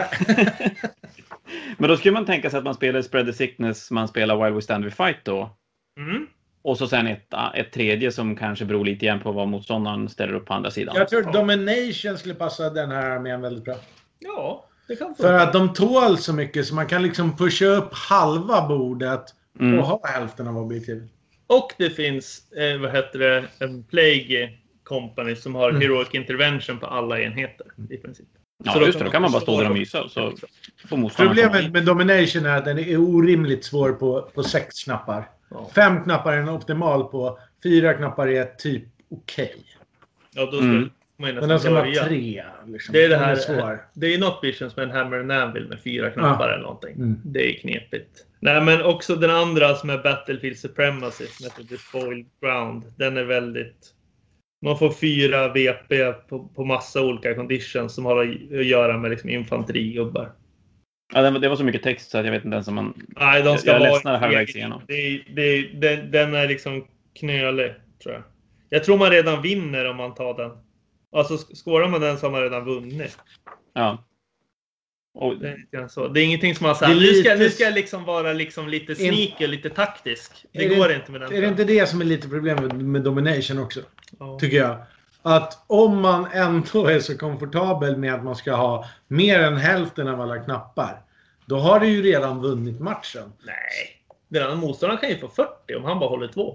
Men då skulle man tänka sig att man spelar Spread the Sickness, man spelar While We Stand We Fight då. Mm. Och så sen ett, ett tredje som kanske beror lite igen på vad motståndaren ställer upp på andra sidan. Jag tror Domination skulle passa den här armén väldigt bra. Ja, det kan få. För att de tål så mycket så man kan liksom pusha upp halva bordet mm. och ha hälften av objektivet. Och det finns, eh, vad heter det, en Plague Company som har mm. Heroic Intervention på alla enheter i princip. Ja, så just det. Då kan man bara stå där och mysa. Så får problemet med Domination är att den är orimligt svår på, på sex knappar. Ja. Fem knappar är en optimal på. Fyra knappar är typ okej. Okay. Ja, då ska mm. man Men den ska vara tre. Liksom. Det är det här. Är det är Not Visions med en Hammer and Anvil med fyra knappar ja. eller någonting. Mm. Det är knepigt. Nej, men också den andra som är Battlefield Supremacy som heter Despoiled Ground. Den är väldigt... Man får fyra V P på, på massa olika conditions som har att göra med liksom infanterigubbar. Ja, det var så mycket text så att jag vet inte ens om man... Nej, de ska jag är vara... ledsnare halvvägs igenom. Det, det, den, den är liksom knölig, tror jag. Jag tror man redan vinner om man tar den. Alltså, skårar man den så har man redan vunnit. Ja. Och... Det, är så. Det är ingenting som man säger, lite... nu, ska, nu ska jag liksom vara liksom lite sneaky, lite taktisk. Det är går det, inte med den. Är det inte det som är lite problemet med Domination också? Ja. Tycker jag. Att om man ändå är så komfortabel med att man ska ha mer än hälften av alla knappar, då har du ju redan vunnit matchen. Nej. Den andra motståndaren kan ju få fyrtio om han bara håller två.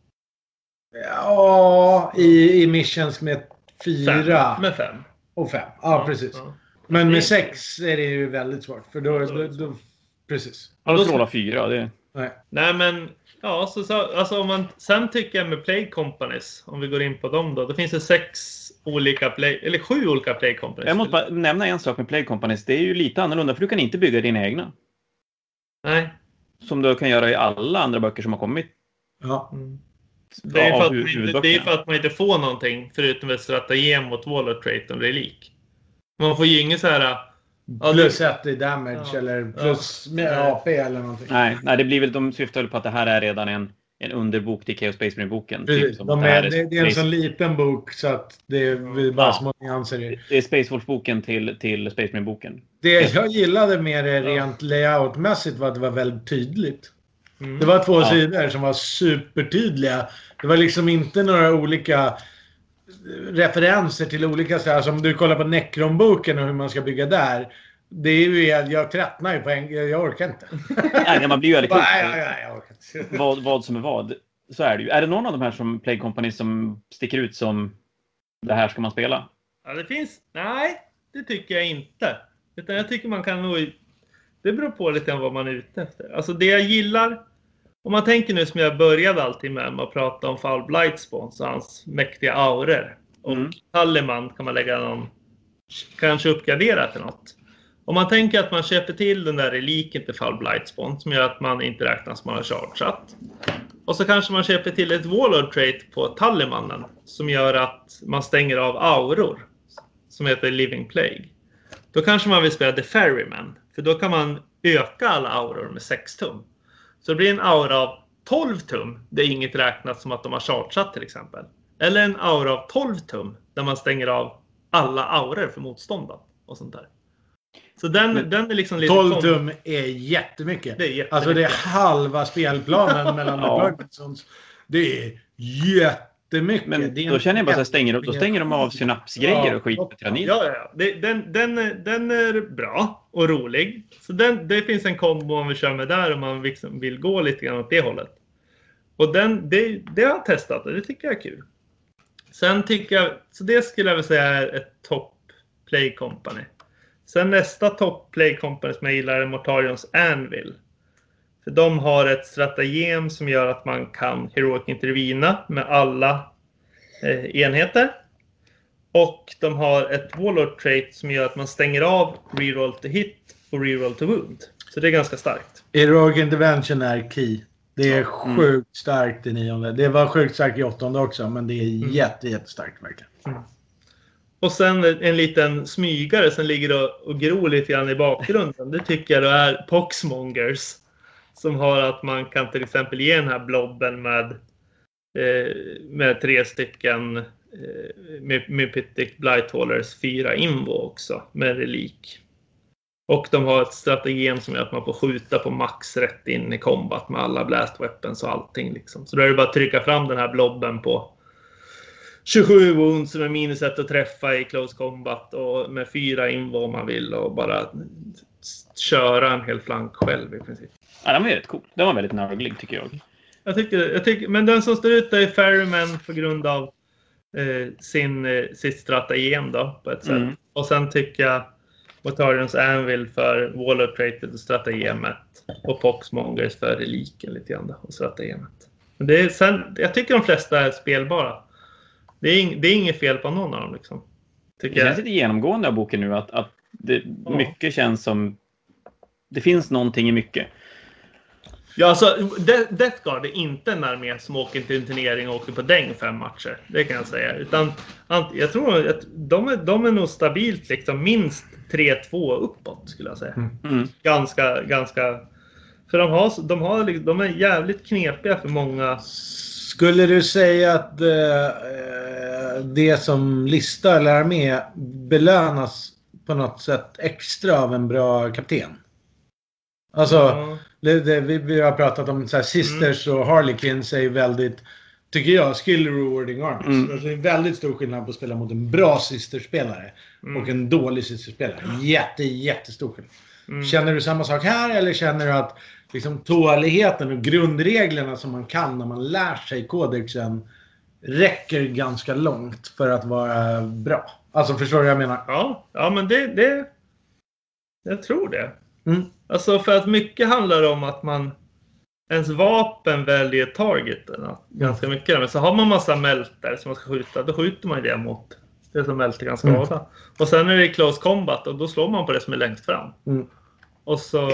Ja, i, i missions med fyra. Fem. Med fem. Och fem, ja, ja precis. Ja. Men med sex är det ju väldigt svårt. För då, då, då precis. Ja, då strålar fyra. Det... Nej. Nej, men ja, så, så, alltså om man sen tycker jag med Plague Companies, om vi går in på dem då, då finns det sex olika play, eller sju olika Plague Companies. Jag måste bara nämna en sak med Plague Companies. Det är ju lite annorlunda, för du kan inte bygga dina egna. Nej. Som du kan göra i alla andra böcker som har kommit Ja. Mm. Det, är Ja, för att hu- man inte, huvudböckerna. det är för att man inte får någonting förutom ett stratagem mot Warlord Trait och relik. Man får ju inget så här... Ja, Plus det- ett i damage Ja. eller plus Ja. med A P eller någonting. Nej, nej, det blir väl, de syftar väl på att det här är redan en, en underbok till Chaos Space Marine-boken. Precis. Typ som De att det, här är, det, det är en sån liten bok så att det är bara Ja. små nyanser i. det är Space Wolf-boken till, till Space Marine-boken. Det jag gillade med det rent layoutmässigt var att det var väldigt tydligt. Mm. Det var två Ja. sidor som var supertydliga. Det var liksom inte några olika referenser till olika så här, som du kollar på Necron-boken och hur man ska bygga där. Det är ju, jag, jag tröttnar ju på en, jag orkar inte. Nej, man blir ju väldigt Bara, klok nej, på nej, nej, jag orkar inte. vad, vad som är vad. Så är det ju. Är det någon av de här som Plague Company som sticker ut som det här ska man spela? Ja, det finns... Nej, det tycker jag inte. Utan jag tycker man kan nog... Det beror på lite grann vad man är ute efter. Alltså det jag gillar... Om man tänker nu som jag började alltid med, med att prata om Foul Blightspawn och hans mäktiga auror. Och Mm. Tallyman kan man lägga någon... Kanske uppgradera till något. Om man tänker att man köper till den där reliken till Foul Blightspawn som gör att man inte räknas som man har chargeat. Och så kanske man köper till ett Warlord Trait på Tallymannen som gör att man stänger av auror som heter Living Plague. Då kanske man vill spela The Ferryman, för då kan man öka alla auror med sex tum. Så det blir en aura av tolv tum där inget räknas som att de har chargeat till exempel. Eller en aura av tolv tum där man stänger av alla auror för motståndaren och sånt där. Så den, Men den är liksom lite... tolv kon- tum är jättemycket. Det är jättemycket. Alltså det är halva spelplanen mellan Ja. deployments. Det är jättemycket. Men det är då en känner jag bara så här, stänger, då stänger de av synapsgrejer och skit på tyranid. Ja, ja, ja. Det, den, den, är- den är bra och rolig. Så den, det finns en kombo man vill köra med där om man liksom vill gå lite grann åt det hållet. Och den, det, det har jag testat och det tycker jag är kul. Sen tycker jag, så det skulle jag väl säga är ett top play company. Sen nästa top play company som jag gillar är Mortarions Anvil. För de har ett stratagem som gör att man kan Heroic Intervena med alla eh, enheter. Och de har ett Warlord Trait som gör att man stänger av reroll to hit och reroll to wound. Så det är ganska starkt. Heroic Intervention är key. Det är Mm. sjukt starkt i nionde. Det var sjukt starkt i åttonde också, men det är jätte, jättestarkt verkligen. Och sen en liten smygare som ligger och, och gror lite grann i bakgrunden. Det tycker jag då är Poxmongers. Som har att man kan till exempel ge den här blobben med, eh, med tre stycken eh, med, med Pythic Blighthaulers fyra invo också med relik. Och de har ett stratagem som gör att man får skjuta på max rätt in i combat med alla blast weapons och allting liksom. Så då är det bara att trycka fram den här blobben på tjugosju wounds med minus ett att träffa i close combat och med fyra invo om man vill och bara köra en hel flank själv i princip. Ja, den var ju rätt cool. Den var väldigt nörglig tycker jag. Jag tycker, jag tycker, men den som står ut är Ferryman på grund av eh, sin, eh, sitt stratagem då på ett sätt. Mm. Och sen tycker jag Mortarions Anvil för Warlord Trait och stratagemet och Poxmongers för reliken lite grann då, och stratagemet. Men det är, sen, jag tycker de flesta är spelbara. Det är, ing, det är inget fel på någon av dem liksom. Tycker Det känns jag. lite genomgående av boken nu att, att det, Ja. mycket känns som... Det finns någonting i mycket. Ja, alltså De- Death Guard är inte en armé som åker till en turnering och åker på däng fem matcher. Det kan jag säga. Utan ant- jag tror att de är, de är nog stabilt liksom minst tre två uppåt skulle jag säga. Mm. Ganska, ganska... För de, har, de, har, liksom- de är jävligt knepiga för många... Skulle du säga att eh, det som lista eller armé belönas på något sätt extra av en bra kapten? Alltså, Ja. det, det, vi, vi har pratat om så här, Sisters och Harlequins är väldigt, tycker jag, skill rewarding armies. Mm. Alltså, det är väldigt stor skillnad på att spela mot en bra Sisters-spelare Mm. och en dålig Sisters-spelare. Jätte, jättestor skillnad. Mm. Känner du samma sak här eller känner du att liksom, tåligheten och grundreglerna som man kan när man lär sig kodexen räcker ganska långt för att vara bra? Alltså förstår du vad jag menar? Ja, ja men det, det... Jag tror det. Mm. Alltså för att mycket handlar om att man... Ens vapen väljer targeten ganska mycket. Men så har man massa mälter som man ska skjuta. Då skjuter man det mot det som mälter ganska skada. Mm. Och sen är det close combat och då slår man på det som är längst fram. Mm. Och så...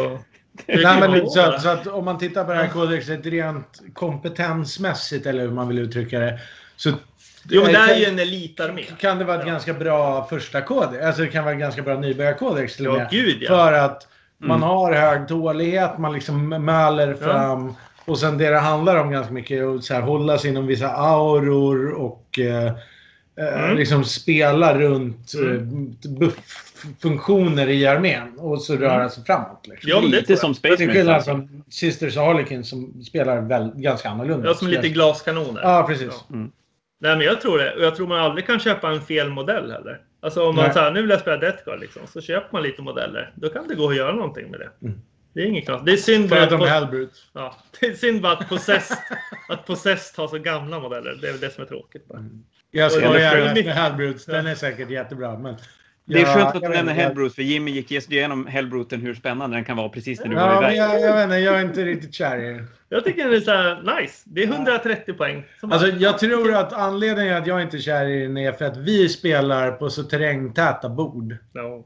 Nej, men så, att, så att om man tittar på det här kodexet rent kompetensmässigt, eller hur man vill uttrycka det, så jo, men det är ju en elitarmé. Kan det vara ett ja. ganska bra första kodex, alltså det kan vara ett ganska bra nybörjarkodex till och med. Ja, gud, ja. För att man mm. har hög tålighet, man liksom mäler fram ja. och sen det det handlar om ganska mycket är att så här, hålla sig inom vissa auror och eh, mm. liksom spela runt mm. buff-funktioner i armén och så röra sig framåt. Liksom. Ja, lite som Space Marines. Det är skillnad från Sisters och Harlequin som spelar väl, ganska annorlunda. Ja, som lite glaskanoner. Ja, precis. Ja. Mm. Nej, men jag tror det. Och jag tror man aldrig kan köpa en fel modell heller. Alltså om man säger nu vill jag spela Death Guard liksom, så köper man lite modeller. Då kan det gå att göra någonting med det. Mm. Det är inget knast. Det är synd för att de är Hellbrute. Ja, det är synd bara att Possess att Possess har så gamla modeller. Det är väl det som är tråkigt bara. Mm. Jag ska göra med Hellbrute. Den är säkert jättebra, men det är ja, skönt att du nämner Hellbrute, för Jimmy gick igenom Hellbruten hur spännande den kan vara precis när du ja, var iväg. Men jag, jag vet inte, jag är inte riktigt kär i. Jag tycker det är så här nice. Det är hundratrettio poäng. Alltså jag tror att anledningen att jag inte är kär i den är för att vi spelar på så terrängtäta bord. No.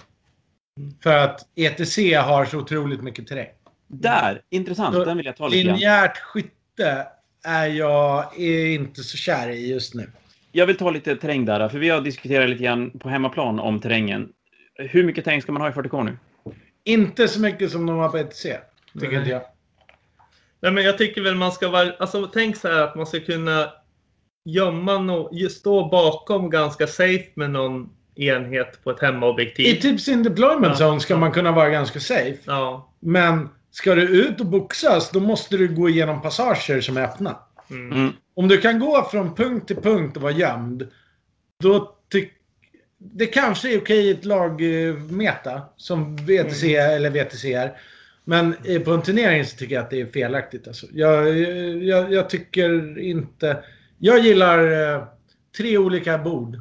För att E T C har så otroligt mycket terräng. Där, intressant. Så den vill jag ta lite grann. Linjärt skytte är jag är inte så kär i just nu. Jag vill ta lite terräng där, för vi har diskuterat lite grann på hemmaplan om terrängen. Hur mycket terräng ska man ha i fyrtio K nu? Inte så mycket som de har på E T C, tycker mm. inte jag. Nej, men jag tycker väl man ska vara, alltså tänk så här att man ska kunna gömma no, stå bakom ganska safe med någon enhet på ett hemmaobjektiv. I typ sin deployment zone ska man kunna vara ganska safe. Ja. Men ska du ut och boxas, då måste du gå igenom passager som är öppna. Mm. Mm. Om du kan gå från punkt till punkt och vara gömd, då tycker det kanske är okej i ett lagmeta som V T C mm. eller V T C är. Men på en turnering så tycker jag att det är felaktigt. Alltså. Jag, jag, jag tycker inte... Jag gillar eh, tre olika bord.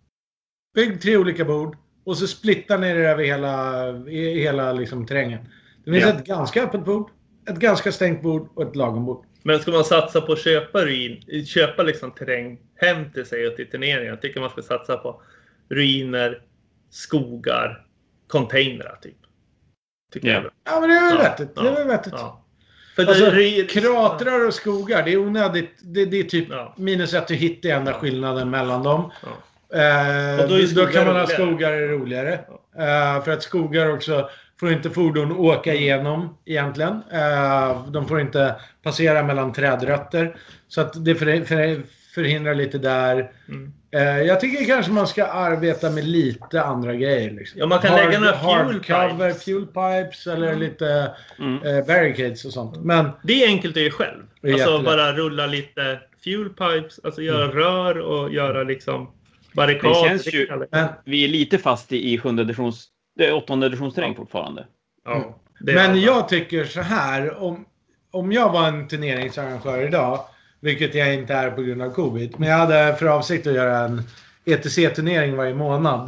Bygg tre olika bord och så splittar ni det över hela, i, hela liksom, terrängen. Det finns ja. ett ganska öppet bord, ett ganska stängt bord och ett lagom bord. Men ska man satsa på att köpa, ruin, köpa liksom terräng hem till sig och till turneringen? Jag tycker man ska satsa på ruiner, skogar, containrar typ. Tycker ja. jag. Ja, men det är väl ja. vettigt. Det är väl vettigt. Ja. För alltså, det, kratrar och skogar, det är onödigt. Det, det är typ ja. minus ett hit i enda ja. skillnaden mellan dem. Ja. Eh, och då, då kan man ha skogar är roligare. Ja. Eh, för att skogar också får inte fordon åka igenom egentligen. Eh, de får inte passera mellan trädrötter. Så att det för, för, förhindrar lite där. Mm. Eh, jag tycker kanske man ska arbeta med lite andra grejer. Liksom. Ja, man kan hard, lägga några fuel cover, pipes. fuel pipes eller mm. lite mm. eh, barricades och sånt. Men det är enkelt att göra själv. Alltså jättelätt. Bara rulla lite fuel pipes, alltså göra mm. rör och göra liksom barrikader. Det känns ju, men vi är lite fast i sjunde editions, det är åttonde editionsterräng ja. fortfarande. Ja, mm. Men alla. Jag tycker så här, om, om jag var en turneringsarrangör idag, vilket jag inte är på grund av covid, men jag hade för avsikt att göra en E T C-turnering varje månad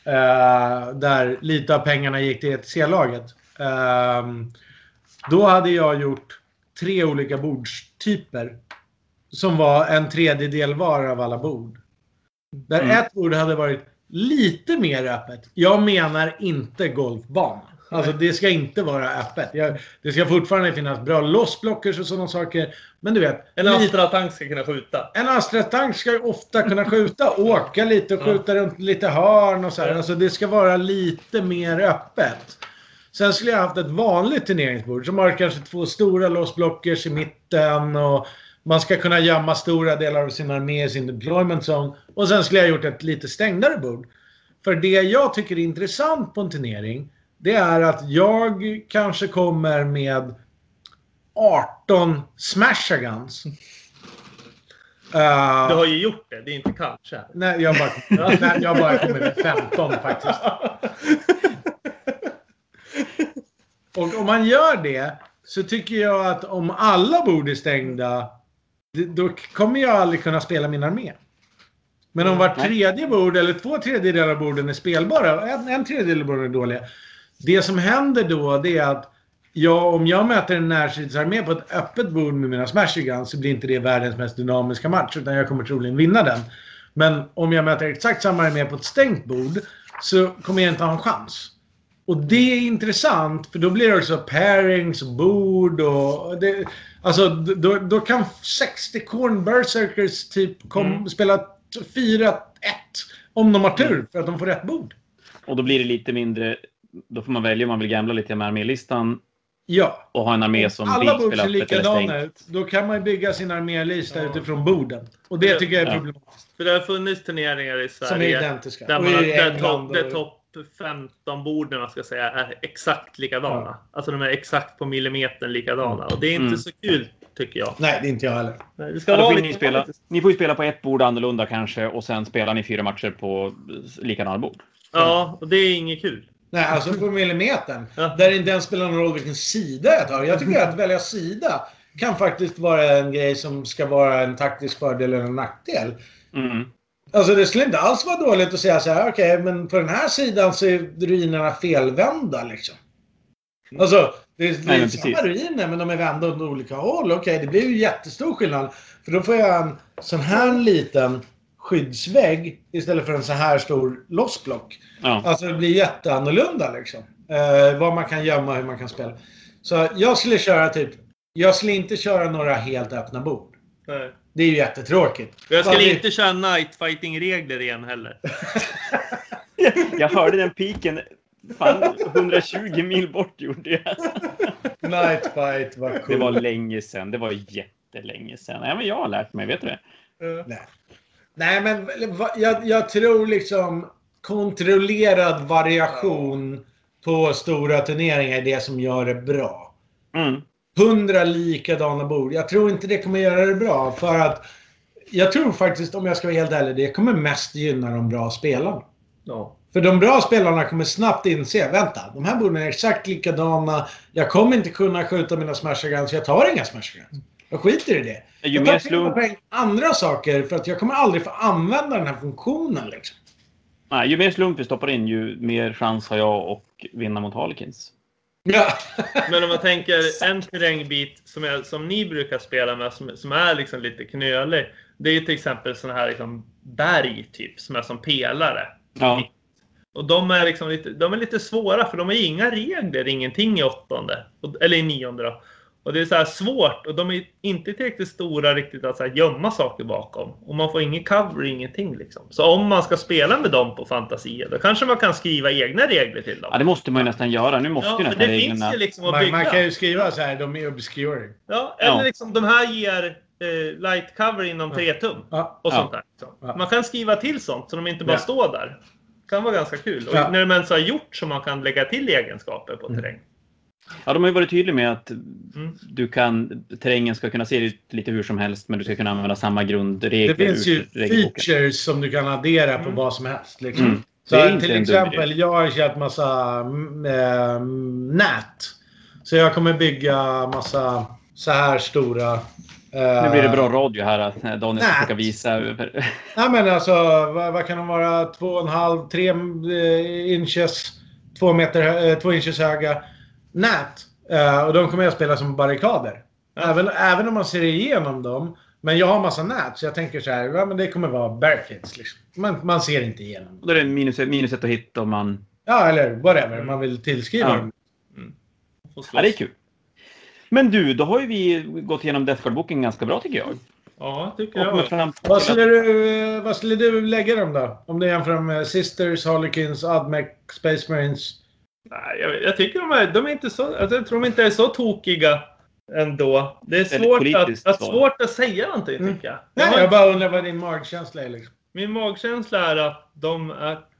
eh, där lite av pengarna gick till E T C-laget. Eh, då hade jag gjort tre olika bordstyper som var en tredjedel var av alla bord. Där mm. ett bord hade varit lite mer öppet. Jag menar inte golfbana. Alltså det ska inte vara öppet. Jag, det ska fortfarande finnas bra lossblockers och sådana saker. Men du vet. En Astra-tank ska kunna skjuta. En Astra-tank ska ofta kunna skjuta. Åka lite och skjuta ja. runt lite hörn och så här. Alltså det ska vara lite mer öppet. Sen skulle jag haft ett vanligt turneringsbord. Som har kanske två stora lossblockers i mitten. Och man ska kunna gömma stora delar av sin armé i sin deployment zone. Och sen skulle jag gjort ett lite stängdare bord. För det jag tycker är intressant på en turnering, det är att jag kanske kommer med arton smashaguns. Uh, du har ju gjort det, det är inte kanske. Nej, jag bara, nej, jag bara kommer med femton faktiskt. Och om man gör det så tycker jag att om alla bord är stängda, då kommer jag aldrig kunna spela min armé. Men om var tredje bord eller två tredjedelar av borden är spelbara, en, en tredjedel av borden är dåliga. Det som händer då, det är att jag, om jag möter en närstridsarmé på ett öppet bord med mina smashguns, så blir inte det världens mest dynamiska match, utan jag kommer troligen vinna den. Men om jag möter exakt samma armé på ett stängt bord, så kommer jag inte ha en chans. Och det är intressant, för då blir det också pairings och bord och det, alltså då, då kan sextio Khorne Berserkers typ kom, mm. spela fyra ett om de har tur mm. för att de får rätt bord. Och då blir det lite mindre, då får man välja om man vill gambla lite med armélistan. Ja. Och ha en armé som alla vill spela öppet eller stängt. Ut, då kan man bygga sin armélista ja. utifrån borden. Och det tycker jag är problematiskt. För det har funnits turneringar i Sverige som är identiska. Där, man har, där topp och... top femton borden man ska säga är exakt likadana. Ja. Alltså de är exakt på millimetern likadana. Och det är inte mm. så kul tycker jag. Nej, det är inte jag heller. Nej, det ska ja, vara ni, spela, ni får ju spela på ett bord annorlunda kanske. Och sen spelar ni fyra matcher på likadana bord. Ja, och det är inget kul. Nej, alltså på millimetern. Ja. Där inte ens spelar någon roll vilken sida jag tar. Jag tycker att välja sida kan faktiskt vara en grej som ska vara en taktisk fördel eller en nackdel. Mm. Alltså det skulle inte alls vara dåligt att säga så här, okej, okay, men på den här sidan så är ruinerna felvända liksom. Alltså, det är, det är Nej, samma ruiner men de är vända åt olika håll. Okej, okay, det blir ju jättestor skillnad. För då får jag en sån här liten skyddsvägg istället för en så här stor lossblock. Ja. Alltså det blir jätteannorlunda liksom. Eh, vad man kan gömma, hur man kan spela. Så jag skulle köra typ, jag skulle inte köra några helt öppna bord. Nej. Det är ju jättetråkigt. Jag skulle det... inte köra night fighting-regler igen heller. Jag hörde den piken fan hundratjugo mil bort gjorde jag. Night fight var cool. Det var länge sedan. Det var jättelänge sedan. Nej, men jag har lärt mig, vet du det? Uh. Nej. Nej, men jag, jag tror liksom kontrollerad variation på stora turneringar är det som gör det bra. Mm. Hundra likadana bord. Jag tror inte det kommer göra det bra. För att jag tror faktiskt, om jag ska vara helt ärlig, det kommer mest gynna de bra spelarna. Ja. För de bra spelarna kommer snabbt inse, vänta, de här borden är exakt likadana. Jag kommer inte kunna skjuta mina smashguns, så jag tar inga smashguns. Jag skiter i det. Ju jag mer slump... tar andra saker för att jag kommer aldrig få använda den här funktionen liksom. Nej, ju mer slump vi stoppar in, ju mer chans har jag att vinna mot Harlequins. Ja. Men om man tänker en terrängbit som, är, som ni brukar spela med, som, som är liksom lite knölig. Det är ju till exempel sådana här liksom berg typ, som är som pelare. Ja. Och de är liksom lite, de är lite svåra för de har inga regler, ingenting i åttonde. Eller i nionde då. Och det är så här svårt och de är inte tillräckligt stora riktigt att så här gömma saker bakom. Och man får ingen cover, ingenting liksom. Så om man ska spela med dem på fantasi, då kanske man kan skriva egna regler till dem. Ja, det måste man ju nästan göra. Nu måste ja, ju nästan det reglerna... finns ju liksom att man, bygga. Man kan ju skriva så här, de är obscuring. Ja, eller ja. liksom de här ger eh, light cover inom tre tum. Ja. Och sånt ja. där. Liksom. Ja. Man kan skriva till sånt så de inte bara ja. står där. Det kan vara ganska kul. Och ja. när de ens har gjort så man kan lägga till egenskaper på terräng. Mm. Ja, de har ju varit tydliga med att mm. du kan, terrängen ska kunna se ut lite hur som helst, men du ska kunna använda samma grundregler. Det finns ju features som du kan addera på mm. vad som helst. Liksom. Mm. Så till exempel, jag har köpt massa äh, nät. Så jag kommer bygga massa så här stora... Äh, nu blir det bra radio här att Daniel ska försöka visa. Nej men alltså, vad, vad kan de vara? Två och en halv, tre äh, inches, två meter, äh, två inches höga. Nät. Uh, och de kommer jag spela som barrikader. Ja. Även, även om man ser igenom dem. Men jag har massa nät. Så jag tänker så här. Ja, men det kommer vara barricades. Liksom. Man, man ser inte igenom. Då är det en minus, minus ett att hitta om man... Ja, eller whatever. Mm. Man vill tillskriva ja. dem. Mm. Ja, det är kul. Men du, då har ju vi gått igenom Death Guard-boken ganska bra tycker jag. Ja, tycker jag. Fram vad, skulle du, vad skulle du lägga dem då? Om du jämför med Sisters, Harlequins, Admec, Space Marines... Nej, jag, jag tycker de är, de är inte så, alltså jag tror de inte är så tokiga ändå. Det är svårt att, att, svårt att säga någonting mm. tycker jag. Nej, jag, jag bara undrar vad din magkänsla är liksom. Min magkänsla är att de är att,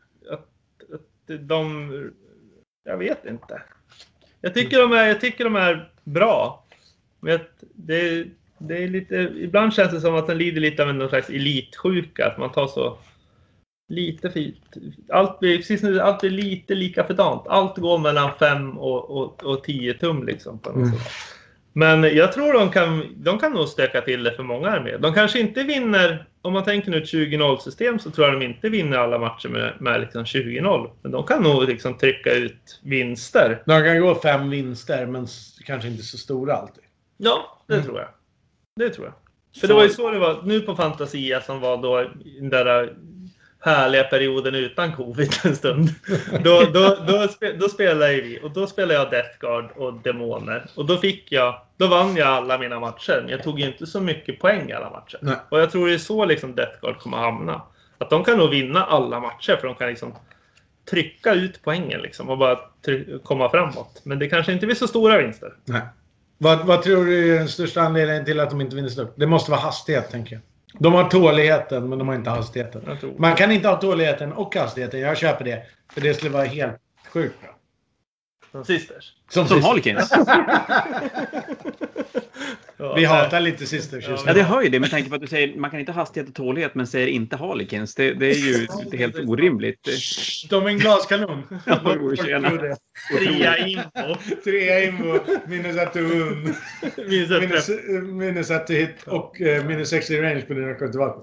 att de jag vet inte. Jag tycker de är jag tycker de är bra. Men det det är lite ibland känns det som att den lider lite av en slags elitsjuka, att man tar så lite fint. Allt blir, precis nu, allt blir lite lika fördant. Allt går mellan fem och, och, och tio tum liksom. På något mm. sätt. Men jag tror de kan, de kan nog stöka till det för många arméer. De kanske inte vinner, om man tänker nu ett tjugo noll system så tror jag de inte vinner alla matcher med, med liksom tjugo noll. Men de kan nog liksom trycka ut vinster. De kan gå fem vinster men kanske inte så stora alltid. Ja, det mm. tror jag. Det tror jag. För så... det var ju så det var nu på Fantasia som var då den där härliga perioden utan covid en stund. Då, då, då, då spelade vi. Och då spelade jag Death Guard och Demoner. Och då fick jag, då vann jag alla mina matcher. Men jag tog ju inte så mycket poäng i alla matcher. Nej. Och jag tror det är så liksom Death Guard kommer hamna. Att de kan nog vinna alla matcher. För de kan liksom trycka ut poängen liksom. Och bara try- komma framåt. Men det kanske inte blir så stora vinster. Nej. Vad, vad tror du är den största anledningen till att de inte vinner stort? Det måste vara hastighet, tänker jag. De har tåligheten, men de har inte hastigheten. Man kan inte ha tåligheten och hastigheten. Jag köper det. För det skulle vara helt sjukt bra. Som Sisters. Som, Som Harlequins. Vi hatar lite Sisters just nu. Ja, det hör ju det. Men tänker på att du säger man kan inte ha hastighet och tålighet, men säger inte Harlequins. Det, det är ju det är helt orimligt. De är en glaskanon. Trea info. Trea info. Minus ett un. Minus, minus ett hit. Och uh, minus sex i range på dina kultivator.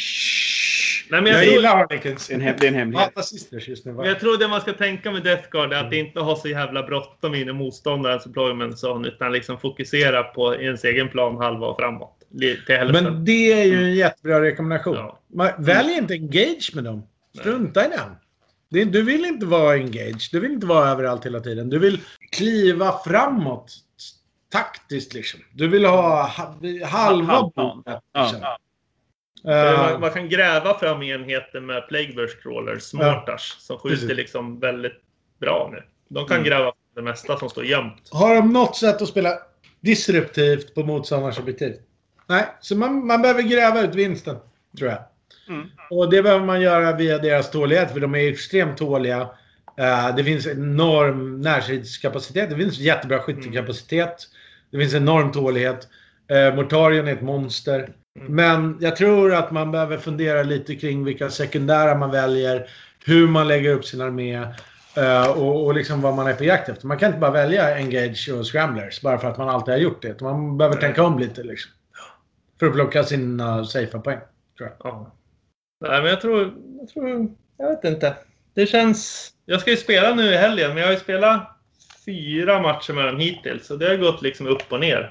Nej, men jag, jag tror, gillar Harlequins. Det är en hemlighet. Just nu, jag tror det man ska tänka med Death Guard är att mm. inte ha så jävla bråttom in i motståndarens deployment zone, utan liksom fokusera på ens egen plan halva och framåt. Men det är ju en jättebra rekommendation. Ja. Man, välj inte engage med dem. Strunta i den. Det, du vill inte vara engage. Du vill inte vara överallt hela tiden. Du vill kliva framåt taktiskt liksom. Du vill ha halva plan. Ja. Uh, man, man kan gräva fram enheter med Plagueburst Crawlers, Smartars, ja, som skjuter liksom väldigt bra nu. De kan mm. gräva det mesta som står gömt. Har de något sätt att spela disruptivt på motståndarens objektiv? Nej, så man, man behöver gräva ut vinsten, tror jag. Mm. Och det behöver man göra via deras tålighet, för de är extremt tåliga. Uh, det finns enorm närstridskapacitet, det finns jättebra skyttekapacitet. Mm. Det finns enorm tålighet. Uh, Mortarion är ett monster. Mm. Men jag tror att man behöver fundera lite kring vilka sekundära man väljer, hur man lägger upp sin armé uh, och, och liksom vad man är på jakt efter. Man kan inte bara välja Engage och Scramblers bara för att man alltid har gjort det. Man behöver tänka om lite liksom, för att plocka sina safea poäng, tror jag. Ja. Nej, men jag tror, jag tror, jag vet inte. Det känns, jag ska ju spela nu i helgen, men jag har ju spelat fyra matcher med dem hittills, så det har gått liksom upp och ner.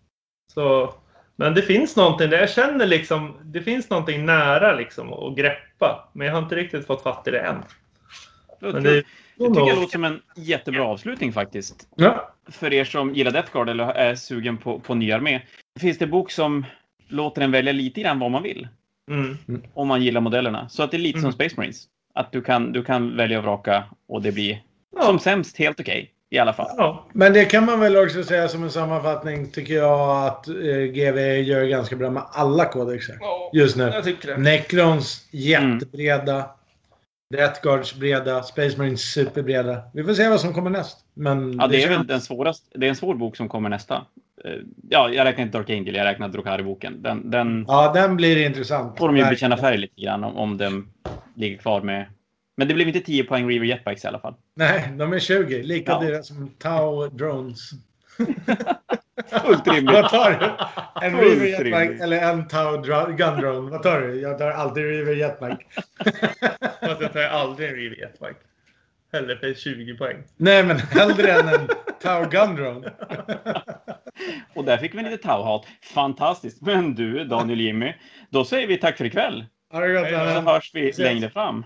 Så... Men det finns någonting där jag känner liksom, det finns någonting nära liksom att greppa. Men jag har inte riktigt fått fatt i det än. Men det, det tycker jag låter som en jättebra avslutning faktiskt. Ja. För er som gillar Death Guard eller är sugen på, på ny armé. Finns det en bok som låter en välja lite grann vad man vill. Mm. Om man gillar modellerna. Så att det är lite mm. som Space Marines. Att du kan, du kan välja och vraka och det blir ja. som sämst helt okej. Okay. I alla fall. Ja, men det kan man väl också säga som en sammanfattning, tycker jag, att eh, G V gör ganska bra med alla kodexer ja, just nu. Jag tycker det. Necrons jättebreda, mm. Death Guards breda, Space Marines superbreda. Vi får se vad som kommer näst. Men ja, det, det är väl den svåraste. Det är en svår bok som kommer nästa. Ja, jag räknar inte Dark Angel, jag räknar Drukhari-boken. Den, den, ja, den blir intressant. Får de ju bekänna färg lite grann om, om den ligger kvar med. Men det blev inte tio poäng Reaver Jetbikes i alla fall. Nej, de är tjugo. Lika ja. dyra som Tau Drones. Fullt rimligt. Vad tar du? En Reaver Jetbike eller en Tau Gun Drone? Vad tar du? Jag tar alltid Reaver Jetbike. Fast jag tar aldrig en Reaver Jetbike. Hellre för tjugo poäng. Nej, men hellre än en Tau Gun Drone. Och där fick vi lite Tau-hat. Fantastiskt. Men du, Daniel Jimmy, då säger vi tack för ikväll. Ha det gott. Så hörs vi längre fram.